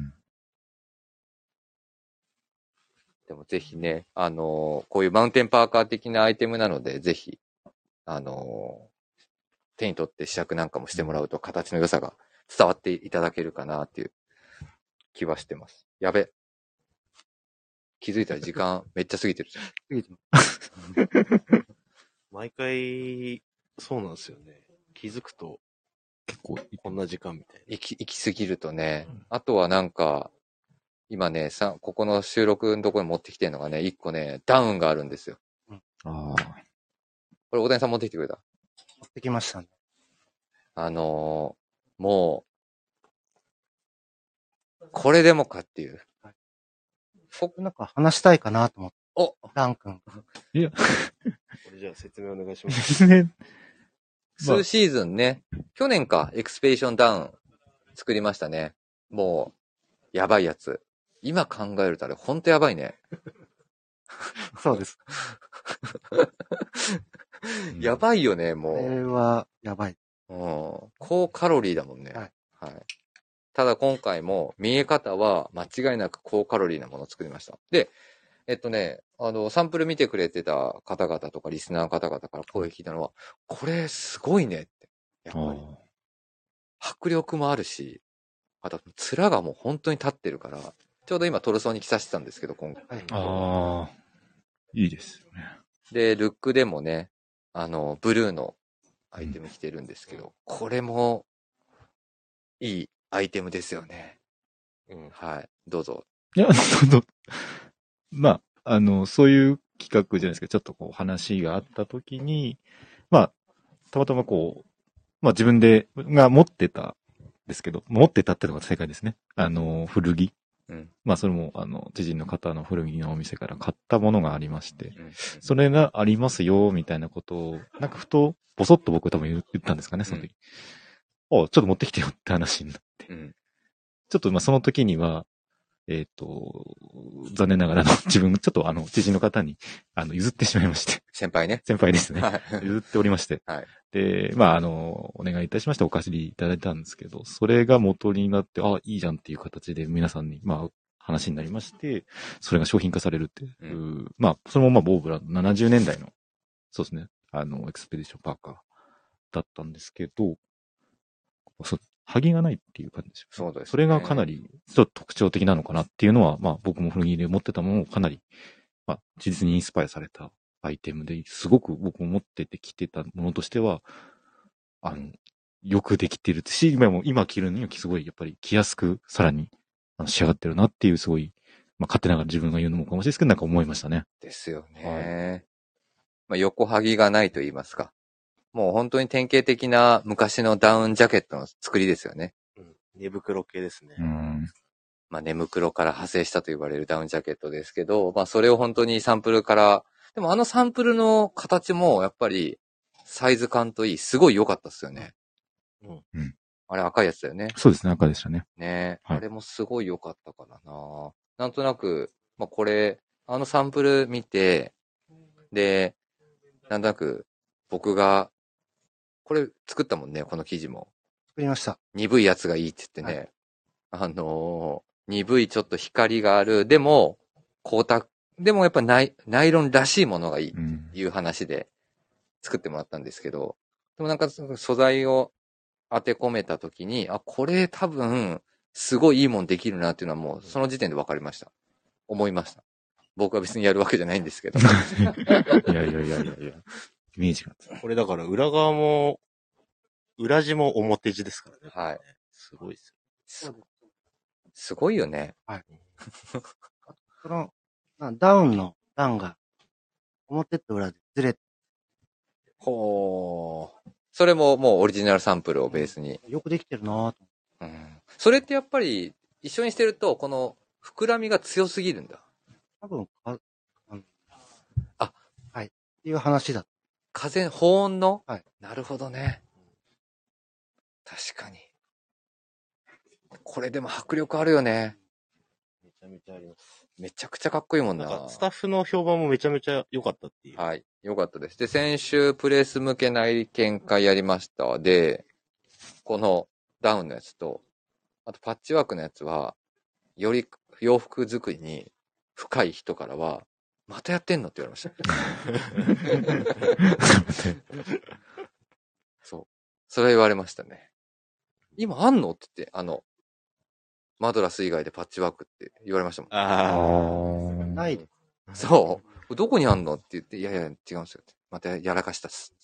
Speaker 1: でもぜひね、こういうマウンテンパーカー的なアイテムなので、ぜひ、手に取って試着なんかもしてもらうと形の良さが伝わっていただけるかなっていう気はしてます。やべ。気づいたら時間めっちゃ過ぎてるじゃん。過ぎて
Speaker 4: ます。毎回、そうなんですよね。気づくと、
Speaker 3: 結構、
Speaker 4: こんな時間みたいな。
Speaker 1: 行き過ぎるとね、あとはなんか、今ね、ここの収録のところに持ってきてるのがね、一個ね、ダウンがあるんですよ。これ、大谷さん持ってきてくれた？
Speaker 2: 持ってきましたね。
Speaker 1: もう、これでもかっていう。
Speaker 2: なんか話したいかなと思って。ダン君。
Speaker 3: いや。
Speaker 4: これじゃあ説明お願いします。
Speaker 1: 数シーズンね、去年か、エクスペディションダウン作りましたね。もう、やばいやつ。今考えるとあれ、ほんとやばいね。
Speaker 2: そうです。
Speaker 1: やばいよね、もう。
Speaker 2: これは、やばい。
Speaker 1: 高カロリーだもんね。はい。ただ今回も見え方は間違いなく高カロリーなものを作りました。で、サンプル見てくれてた方々とかリスナーの方々から声聞いたのは、これすごいねって。やっぱり。迫力もあるし、あと、面がもう本当に立ってるから、ちょうど今トルソーに着させてたんですけど、今回。
Speaker 3: いいですよね。
Speaker 1: で、ルックでもね、ブルーのアイテム着てるんですけど、これも、いいアイテムですよね。はい。どうぞ。
Speaker 3: いや、まあ、そういう企画じゃないですけど、ちょっとこう話があったときに、まあ、たまたまこう、まあ自分が持ってたんですけど、持ってたってのが正解ですね。古着。まあそれも、知人の方の古着のお店から買ったものがありまして、それがありますよ、みたいなことを、なんかふと、ぼそっと僕多分言ったんですかね、その時。ちょっと持ってきてよって話になって。ちょっとまあその時には、残念ながら自分、ちょっと知人の方に、譲ってしまいまして。
Speaker 1: 先輩ね。
Speaker 3: 先輩ですね。譲っておりまして。
Speaker 1: はい。
Speaker 3: で、まあ、お願いいたしましてお貸しいただいたんですけど、それが元になって、いいじゃんっていう形で皆さんに、まあ、話になりまして、それが商品化されるっていう、まあ、それもまあ、ボーブランド70年代の、そうですね、エクスペディションパーカーだったんですけど、ハゲがないっていう感じですよ。
Speaker 1: そうですね。
Speaker 3: それがかなり、ちょっと特徴的なのかなっていうのは、まあ、僕も古着で持ってたものをかなり、まあ、事実にインスパイアされたアイテムで、すごく僕も持ってて着てたものとしては、よくできてるし、今着るのにはすごい、やっぱり着やすく、さらに、仕上がってるなっていう、すごい、まあ、勝手ながら自分が言うのもかもしれないですけど、なんか思いましたね。
Speaker 1: ですよね。 まあ、横はぎがないと言いますか。もう本当に典型的な昔のダウンジャケットの作りですよね。
Speaker 4: 寝袋系ですね。
Speaker 1: まあ、寝袋から派生したと言われるダウンジャケットですけど、まあ、それを本当にサンプルから、でもあのサンプルの形もやっぱりサイズ感といい、すごい良かったっすよね。あれ赤いやつだよね。
Speaker 3: そうですね、赤でしたね。
Speaker 1: ね、
Speaker 3: はい、
Speaker 1: あれもすごい良かったからな。なんとなく、まあ、これ、あのサンプル見て、で、なんとなく僕が、これ作ったもんね、この記事も。
Speaker 2: 作りました。
Speaker 1: 鈍いやつがいいって言ってね。はい、鈍いちょっと光がある、でも、光沢、でもやっぱナイロンらしいものがいいっていう話で作ってもらったんですけど、でもなんか素材を当て込めたときに、あ、これ多分、すごいいいもんできるなっていうのはもうその時点で分かりました。思いました。僕は別にやるわけじゃないんですけど。い
Speaker 3: や、イメージが。
Speaker 4: これだから裏側も、裏地も表地ですからね。
Speaker 1: はい。
Speaker 4: すごいですよ。
Speaker 1: すごいよね。
Speaker 2: はい。その、ダウンの段が、表と裏でずれて。
Speaker 1: ほー。それももうオリジナルサンプルをベースに。
Speaker 2: よくできてるなぁと。
Speaker 1: それってやっぱり一緒にしてると、この膨らみが強すぎるんだ。
Speaker 2: 多分、はい。っていう話だ。
Speaker 1: 保温の、
Speaker 2: はい。
Speaker 1: なるほどね。確かに。これでも迫力あるよね。
Speaker 4: めちゃめちゃあります。
Speaker 1: めちゃくちゃかっこいいもんな。
Speaker 4: なんかスタッフの評判もめちゃめちゃ良かったっていう。
Speaker 1: はい。良かったです。で、先週プレス向け内見会やりました。で、このダウンのやつと、あとパッチワークのやつは、より洋服作りに深い人からは、またやってんのって言われました。そう。それ言われましたね。今あんのって言って、マドラス以外でパッチワークって言われましたもん。
Speaker 2: ああ。ないです。
Speaker 1: そう。どこにあんのって言って、いやいや、違うんですよって。またやらかしたっす。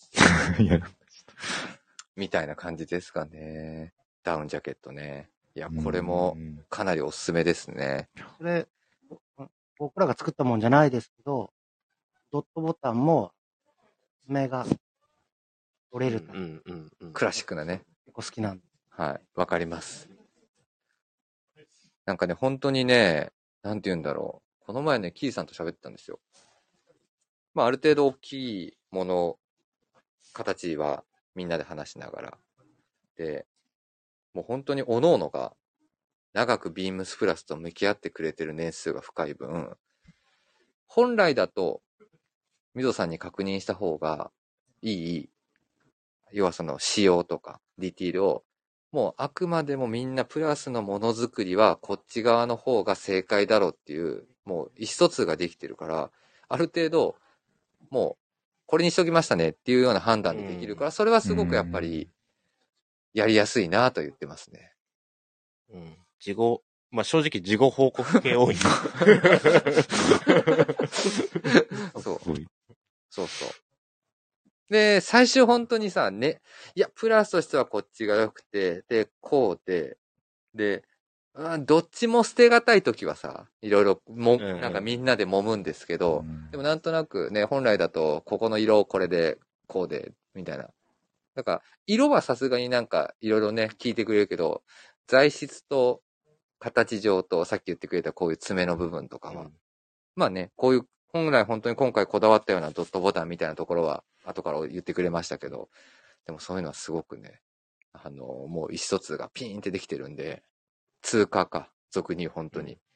Speaker 1: みたいな感じですかね。ダウンジャケットね。いや、これもかなりおすすめですね。
Speaker 2: それ、僕らが作ったもんじゃないですけど、ドットボタンも、爪が折れる。
Speaker 1: クラシックなね。
Speaker 2: 結構好きなんで。
Speaker 1: はい。わかります。なんかね、本当にね、なんて言うんだろう。この前ね、キーさんと喋ってたんですよ。まあ、ある程度大きいもの、形はみんなで話しながら。で、もう本当に各々が長くビームスプラスと向き合ってくれてる年数が深い分、本来だと、みぞさんに確認した方がいい、要はその仕様とかディティールを、もうあくまでもみんなプラスのものづくりはこっち側の方が正解だろうっていう、もう意思疎通ができてるから、ある程度、もうこれにしときましたねっていうような判断でできるから、それはすごくやっぱりやりやすいなと言ってますね。
Speaker 4: まあ正直事後報告系多い。
Speaker 1: そう。そうそう。で、最終本当にさ、ね、いや、プラスとしてはこっちが良くて、で、こうで、どっちも捨てがたいときはさ、いろいろなんかみんなで揉むんですけど、でもなんとなくね、本来だと、ここの色これで、こうで、みたいな。だから、色はさすがになんかいろいろね、聞いてくれるけど、材質と形上と、さっき言ってくれたこういう爪の部分とかは、まあね、こういう、本来本当に今回こだわったようなドットボタンみたいなところは、後から言ってくれましたけど、でもそういうのはすごくね、もう意思疎通がピーンってできてるんで、通過か、俗に本当に。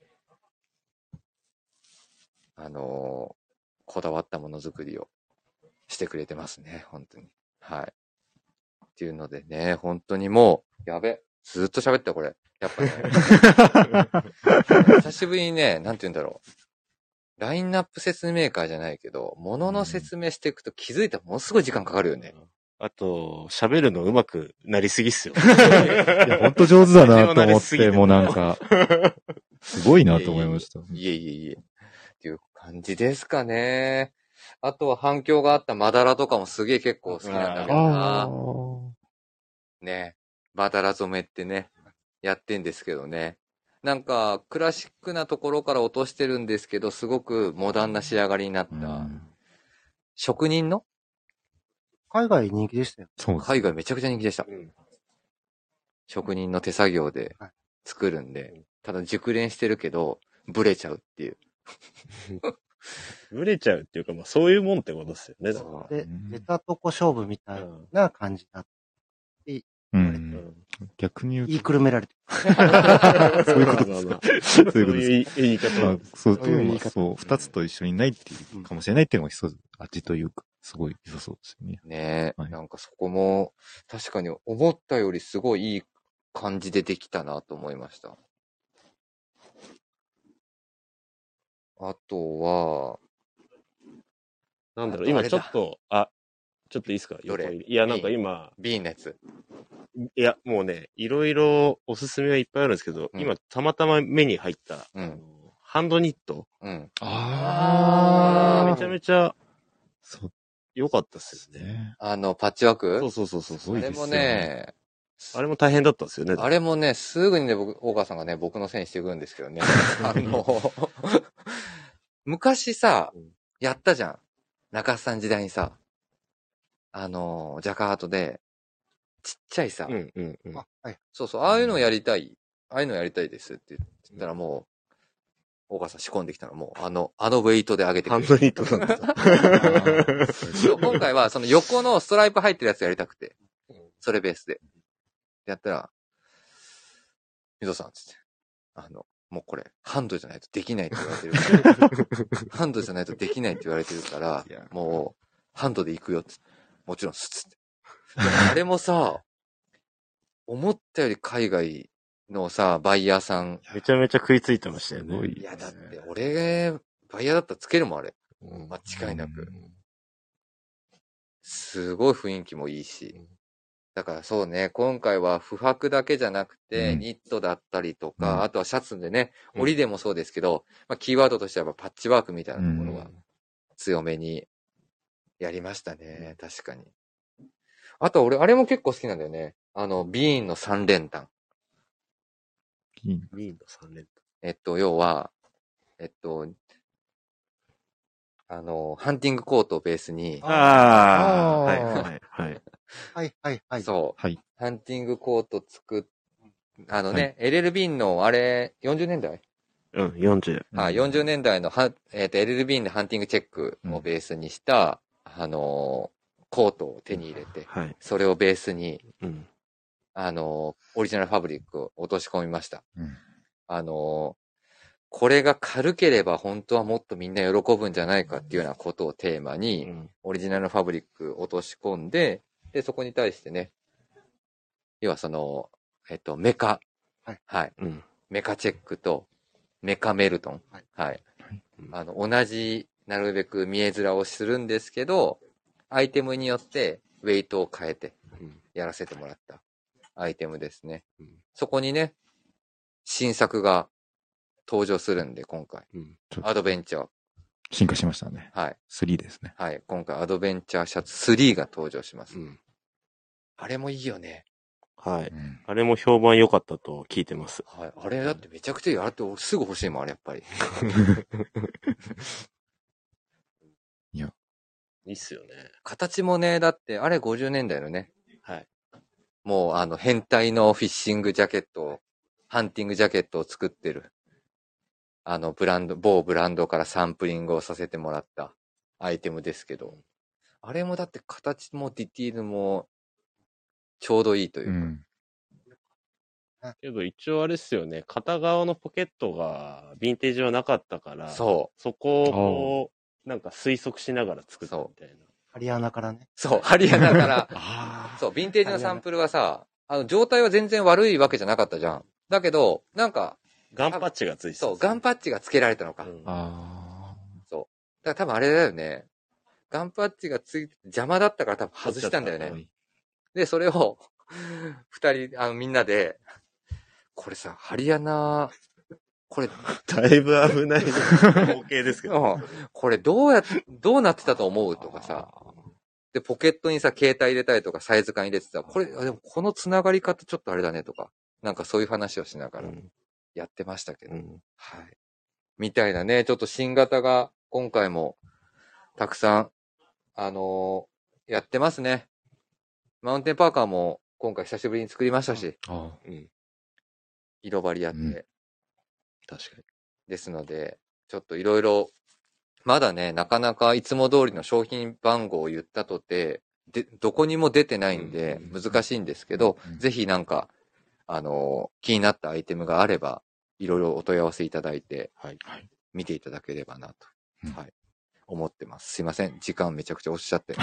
Speaker 1: こだわったものづくりをしてくれてますね、本当に。はい。っていうのでね、本当にもう、やべ、ずっと喋った、これ。やっぱね。久しぶりにね、なんて言うんだろう。ラインナップ説明会じゃないけど、ものの説明していくと気づいたらものすごい時間かかるよね。
Speaker 4: あと、喋るの上手くなりすぎっすよ。
Speaker 3: いや、ほんと上手だなと思って、もうなんか、すごいなと思いました。
Speaker 1: いえ。っていう感じですかね。あとは反響があったまだらとかもすげえ結構好きなんだけどな。ね。まだら染めってね、やってんですけどね。なんか、クラシックなところから落としてるんですけど、すごくモダンな仕上がりになった。 職人の
Speaker 2: 海外人気でしたよ。
Speaker 3: そうです。
Speaker 1: 海外めちゃくちゃ人気でした。
Speaker 4: うん。
Speaker 1: 職人の手作業で
Speaker 2: はい
Speaker 1: 作るんで、ただ熟練してるけど、ブレちゃうっていう。
Speaker 4: ブレちゃうっていうか、まあそういうもんってことですよね。だか
Speaker 1: そう
Speaker 2: で
Speaker 3: うん、
Speaker 2: 出たとこ勝負みたいな感じだって
Speaker 3: う
Speaker 2: 言われて、
Speaker 3: ん。
Speaker 4: うん
Speaker 3: 逆に言うと
Speaker 2: 言い、くるめられて。
Speaker 3: そういうことですか。そういうこと
Speaker 4: そう
Speaker 3: です
Speaker 4: いう言い方
Speaker 3: まあ
Speaker 4: は。
Speaker 3: そう、
Speaker 2: そういう言い方
Speaker 3: そう、二つと一緒にないっていうかもしれないっていうのが一つ、味というか、すごい良さそうですよね。
Speaker 1: ねえ、
Speaker 3: はい
Speaker 1: なんかそこも、確かに思ったよりすごいいい感じでできたなと思いました。あとは、
Speaker 4: なんだろう、
Speaker 1: あとあれだ
Speaker 4: 今ちょっと、ちょっといいですか
Speaker 1: どれ
Speaker 4: 横入りいや、なんか今、
Speaker 1: ビーンのやつ。
Speaker 4: いや、もうね、いろいろおすすめはいっぱいあるんですけど、
Speaker 1: うん
Speaker 4: 今たまたま目に入った、
Speaker 1: うん
Speaker 4: ハンドニット。
Speaker 1: うん。
Speaker 2: あー
Speaker 4: めちゃめちゃ
Speaker 3: そう
Speaker 4: 良かったっすよね。
Speaker 3: ね。
Speaker 1: パッチワーク
Speaker 4: そうそう。
Speaker 3: すごいですよ
Speaker 1: あれも
Speaker 3: ね
Speaker 1: ね、
Speaker 4: あれも大変だったんですよね。
Speaker 1: あれもね、すぐにね、大川さんがね、僕のせいにしてくるんですけどね。昔さ
Speaker 4: うん、
Speaker 1: やったじゃん。中須さん時代にさ、ジャカハトで、ちっちゃいさ、
Speaker 4: うんうんうん。
Speaker 2: あ、はい。
Speaker 1: そうそう、ああいうのやりたい。ああいうのやりたいですって言ったらもう、大川さん仕込んできたのもう、あのウェイトで上げてくれる。
Speaker 4: ハンドニットだった。
Speaker 1: そう今回はその横のストライプ入ってるやつやりたくて、それベースで。やったら、みぞさんつって、もうこれ、ハンドじゃないとできないって言われてるから、ハンドじゃないとできないって言われてるから
Speaker 3: いや、
Speaker 1: もう、ハンドで行くよっつって、もちろんすっつって。でもあれもさ、思ったより海外のさ、バイヤーさん、
Speaker 4: めちゃめちゃ食いついてましたよね。
Speaker 3: すごい。
Speaker 1: いやだって俺、バイヤーだったらつけるもんあれ。
Speaker 4: うん
Speaker 1: 間違いなく。
Speaker 3: うん
Speaker 1: すごい雰囲気もいいし。だからそうね、今回は不白だけじゃなくて、
Speaker 3: うん
Speaker 1: ニットだったりとか、
Speaker 3: うん
Speaker 1: あとはシャツでね、
Speaker 4: うん
Speaker 1: 折りでもそうですけど、まあ、キーワードとしてはやっぱパッチワークみたいなところが
Speaker 3: うん
Speaker 1: 強めにやりましたね、確かに。あと俺、あれも結構好きなんだよね。ビーンの3連単。
Speaker 3: いいね
Speaker 4: 2位の3連
Speaker 1: 要は、ハンティングコートをベースに、
Speaker 4: 単。ああー、
Speaker 2: あー
Speaker 4: はい。
Speaker 2: はいはいはい。
Speaker 1: そう、
Speaker 3: はい。
Speaker 1: ハンティングコート作っ、
Speaker 3: は
Speaker 1: LL ビーンのあれ、40年代
Speaker 4: うん、40。
Speaker 1: 40年代のLL ビーンでハンティングチェックをベースにした、コートを手に入れて、
Speaker 4: はい。
Speaker 1: それをベースに、
Speaker 4: うん。
Speaker 1: オリジナルファブリックを落とし込みました。
Speaker 3: うん
Speaker 1: これが軽ければ本当はもっとみんな喜ぶんじゃないかっていうようなことをテーマに、オリジナルファブリックを落とし込んで、で、そこに対してね、要はその、メカ、
Speaker 2: はい。
Speaker 1: はい。
Speaker 4: うん。
Speaker 1: メカチェックとメカメルトン。
Speaker 2: はい。
Speaker 1: はい。
Speaker 4: はい
Speaker 1: 同じ、なるべく見え面をするんですけど、アイテムによってウェイトを変えて
Speaker 4: うん
Speaker 1: やらせてもらったアイテムですね。
Speaker 4: うん
Speaker 1: そこにね、新作が登場するんで、今回。
Speaker 4: うん。
Speaker 1: アドベンチャー。
Speaker 3: 進化しましたね。
Speaker 1: はい。
Speaker 3: 3ですね。
Speaker 1: はい。今回アドベンチャーシャツ3が登場します。
Speaker 4: うん。
Speaker 1: あれもいいよね。
Speaker 4: はい。
Speaker 3: うん
Speaker 4: あれも評判良かったと聞いてます。
Speaker 1: はい。あれだってめちゃくちゃいい。あれってすぐ欲しいもん、あれやっぱり。
Speaker 3: いや、
Speaker 4: いいっすよね。
Speaker 1: 形もね、だって、あれ50年代のね、
Speaker 4: はい。
Speaker 1: もう変態のフィッシングジャケットを、ハンティングジャケットを作ってる、某ブランドからサンプリングをさせてもらったアイテムですけど、あれもだって形もディティールもちょうどいいというか、
Speaker 3: うん。
Speaker 4: けど一応あれっすよね。片側のポケットがヴィンテージはなかったから、
Speaker 1: そう、
Speaker 4: そこをこう、なんか推測しながら作ったみたいな。
Speaker 2: ハリアナからね。
Speaker 1: そう、ハリアナから、
Speaker 4: あ
Speaker 1: そう、ヴィンテージのサンプルはさ、状態は全然悪いわけじゃなかったじゃん。だけど、なんか、
Speaker 4: ガンパッチがついてた。
Speaker 1: そう、ガンパッチが付けられたのか。
Speaker 4: うん
Speaker 3: あ
Speaker 1: だから多分あれだよね。ガンパッチがついて邪魔だったから多分外したんだよね。で、それを、みんなで、これさ、ハリアナ、これ、
Speaker 4: だいぶ危ない光景ですけど。
Speaker 1: これどうなってたと思うとかさ、で、ポケットにさ、携帯入れたりとか、サイズ感入れてた。これ、でもこの繋がり方ちょっとあれだねとか、なんかそういう話をしながらやってましたけど、はい。みたいなね、ちょっと新型が今回もたくさんやってますね。マウンテンパーカーも今回久しぶりに作りましたし、
Speaker 3: あ
Speaker 4: うん。
Speaker 1: 色張りやって、
Speaker 3: うん
Speaker 4: 確かに。
Speaker 1: ですので、ちょっといろいろ、まだね、なかなかいつも通りの商品番号を言ったとて、どこにも出てないんで
Speaker 4: うん
Speaker 1: 難しいんですけど、
Speaker 3: うん
Speaker 1: ぜひなんか、気になったアイテムがあれば、いろいろお問い合わせいただいて、
Speaker 4: はい。
Speaker 3: はい。
Speaker 1: 見ていただければなと、
Speaker 3: うん
Speaker 1: はい、思ってます。すいません。時間めちゃくちゃおっしゃって。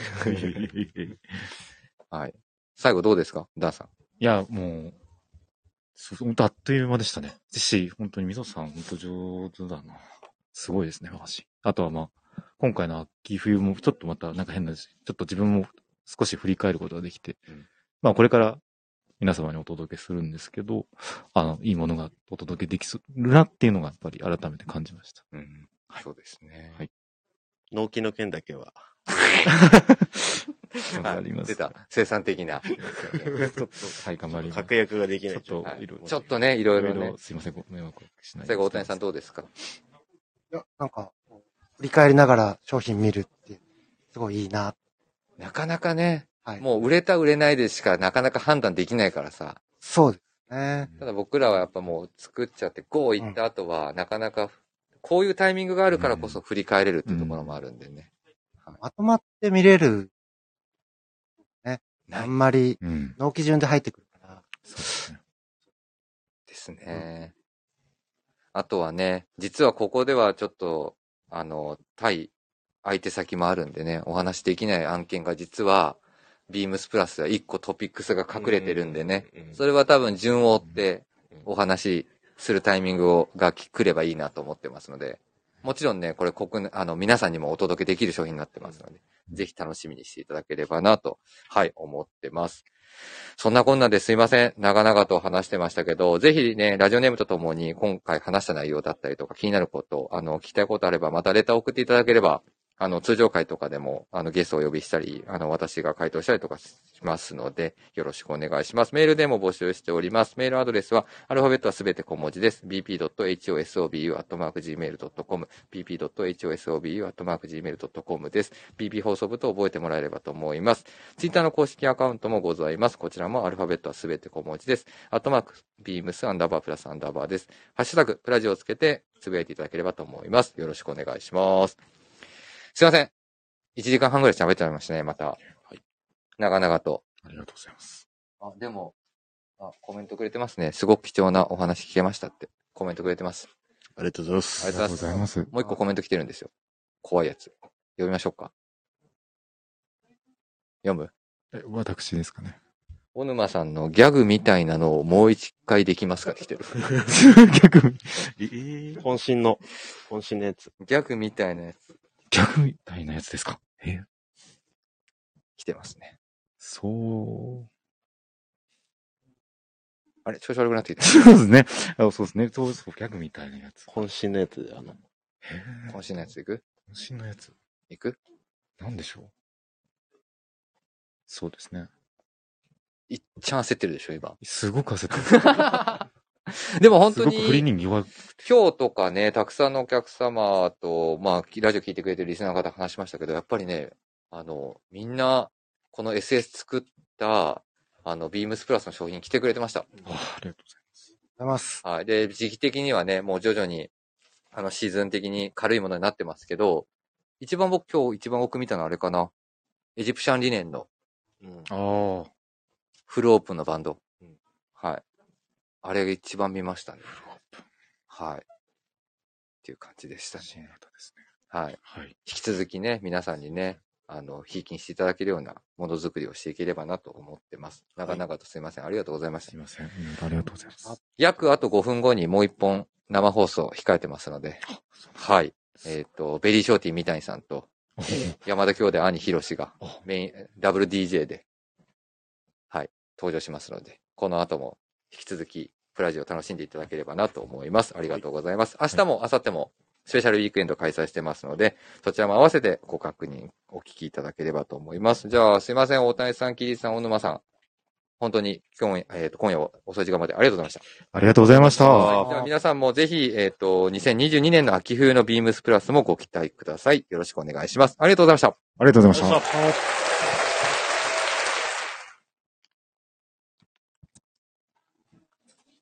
Speaker 1: はい。最後どうですかダンさん。
Speaker 3: いや、もう、本当あっという間でしたね。本当にみそさん、本当上手だな。すごいですね、話。あとはまあ、今回の秋冬もちょっとまたなんか変なし、ちょっと自分も少し振り返ることができて、
Speaker 1: うん
Speaker 3: まあこれから皆様にお届けするんですけど、いいものがお届けできるなっていうのがやっぱり改めて感じました。
Speaker 1: うん。そうですね。
Speaker 3: はい
Speaker 4: 納期の件だけは。
Speaker 3: あります。
Speaker 1: 出た。生産的な。
Speaker 3: ちょっと、はい、頑張ります。
Speaker 4: 確約ができない
Speaker 3: ちょっと、
Speaker 1: はい
Speaker 3: いろいろ。
Speaker 1: ちょっとね、いろいろね。
Speaker 3: すいません、ご迷惑しない。
Speaker 1: 最後、大谷さんどうですか？
Speaker 2: いや、なんか、振り返りながら商品見るって、すごいいいな。
Speaker 1: なかなかね、
Speaker 2: はい。
Speaker 1: もう売れた売れないでしかなかなか判断できないからさ。
Speaker 2: そうですね。
Speaker 1: ただ僕らはやっぱもう作っちゃって、GO 行った後は、なかなか、こういうタイミングがあるからこそ振り返れるっていうところもあるんでね。
Speaker 2: まとまって見れる、
Speaker 1: ない
Speaker 2: あんまり、
Speaker 3: うん。
Speaker 2: 納期順で入ってくるから。
Speaker 3: そうですね。
Speaker 1: ですね。あとはね、実はここではちょっと、対相手先もあるんでね、お話できない案件が実は、ビームスプラスでは1個トピックスが隠れてるんでね、それは多分順を追ってお話しするタイミングが来ればいいなと思ってますので、もちろんね、これ皆さんにもお届けできる商品になってますので、ぜひ楽しみにしていただければなと、はい、思ってます。そんなこんなですいません。長々と話してましたけど、ぜひね、ラジオネームとともに今回話した内容だったりとか気になること、聞きたいことあれば、またレターを送っていただければ、通常回とかでも、ゲストをお呼びしたり、私が回答したりとかしますので、よろしくお願いします。メールでも募集しております。メールアドレスは、アルファベットはすべて小文字です。bp.hosobu.gmail.com、bp.hosobu.gmail.com です。bp 放送部と覚えてもらえればと思います。ツイッターの公式アカウントもございます。こちらもアルファベットはすべて小文字です。ビームスアンダーバープラスアンダーバーです。ハッシュタグ、プラジオをつけてつぶやいていただければと思います。よろしくお願いします。すいません。1時間半ぐらい喋っちゃいましたね、また。はい。長々と。
Speaker 3: ありがとうございます。
Speaker 1: でも、コメントくれてますね。すごく貴重なお話聞けましたって。コメントくれてます。
Speaker 4: ありがとうございます。
Speaker 1: ありがとうございます。もう一個コメント来てるんですよ。怖いやつ。読みましょうか。読む？
Speaker 3: 私ですかね。
Speaker 1: 小沼さんのギャグみたいなのをもう一回できますかって来てる。
Speaker 3: 逆
Speaker 4: 渾身のやつ。
Speaker 1: ギャグみたいなやつ。
Speaker 3: 逆みたいなやつですか？
Speaker 1: 来てますね。
Speaker 3: そう。
Speaker 1: あれ調子悪くなってきた。
Speaker 3: そうですね。そうですね。そう、ギャグみたいなやつ。
Speaker 4: 渾身のやつで、
Speaker 1: 渾身のやついく？
Speaker 3: 渾身のやつ。
Speaker 1: いく？
Speaker 3: なんでしょう。そうですね。
Speaker 1: いっちゃん焦ってるでしょ、今。
Speaker 3: すごく焦って
Speaker 1: る。でも本当に、
Speaker 3: すごく振りに弱く
Speaker 1: 今日とかね、たくさんのお客様と、ラジオ聞いてくれてるリスナーの方話しましたけど、やっぱりね、みんな、この SS 作った、ビームスプラスの商品来てくれてました。
Speaker 3: ありがとうございます。
Speaker 2: ありがとうございます。
Speaker 1: はい。で、時期的にはね、もう徐々に、シーズン的に軽いものになってますけど、今日一番多く見たのはあれかな。エジプシャンリネンの
Speaker 3: ああ。
Speaker 1: フルオープンのバンド。はい。あれが一番見ましたね。はい。っていう感じでしたね。
Speaker 3: 新型ですね。
Speaker 1: はい。
Speaker 3: はい。
Speaker 1: 引き続きね、皆さんにね、ひいきにしていただけるようなものづくりをしていければなと思ってます。長々とすいません。ありがとうございました。
Speaker 3: すいません。ありがとうございます。
Speaker 1: 約あと5分後にもう一本生放送控えてますので、はい。ベリーショーティー三谷さんと、山田兄弟兄ひろしがダブル DJ で、はい、登場しますので、この後も引き続きプラジオを楽しんでいただければなと思います。ありがとうございます。明日も明後日もスペシャルウィークエンド開催してますので、そちらも合わせてご確認、お聞きいただければと思います。じゃあ、すいません、大谷さん、キリさん、小沼さん。 本当に今夜は遅い時間までありがとうございました。
Speaker 3: ありがとうございました。
Speaker 1: では皆さんもぜひ、2022年の秋冬のビームスプラスもご期待ください。よろしくお願いします。ありがとうございました。
Speaker 3: ありがとうございました。
Speaker 4: ありがとうございました。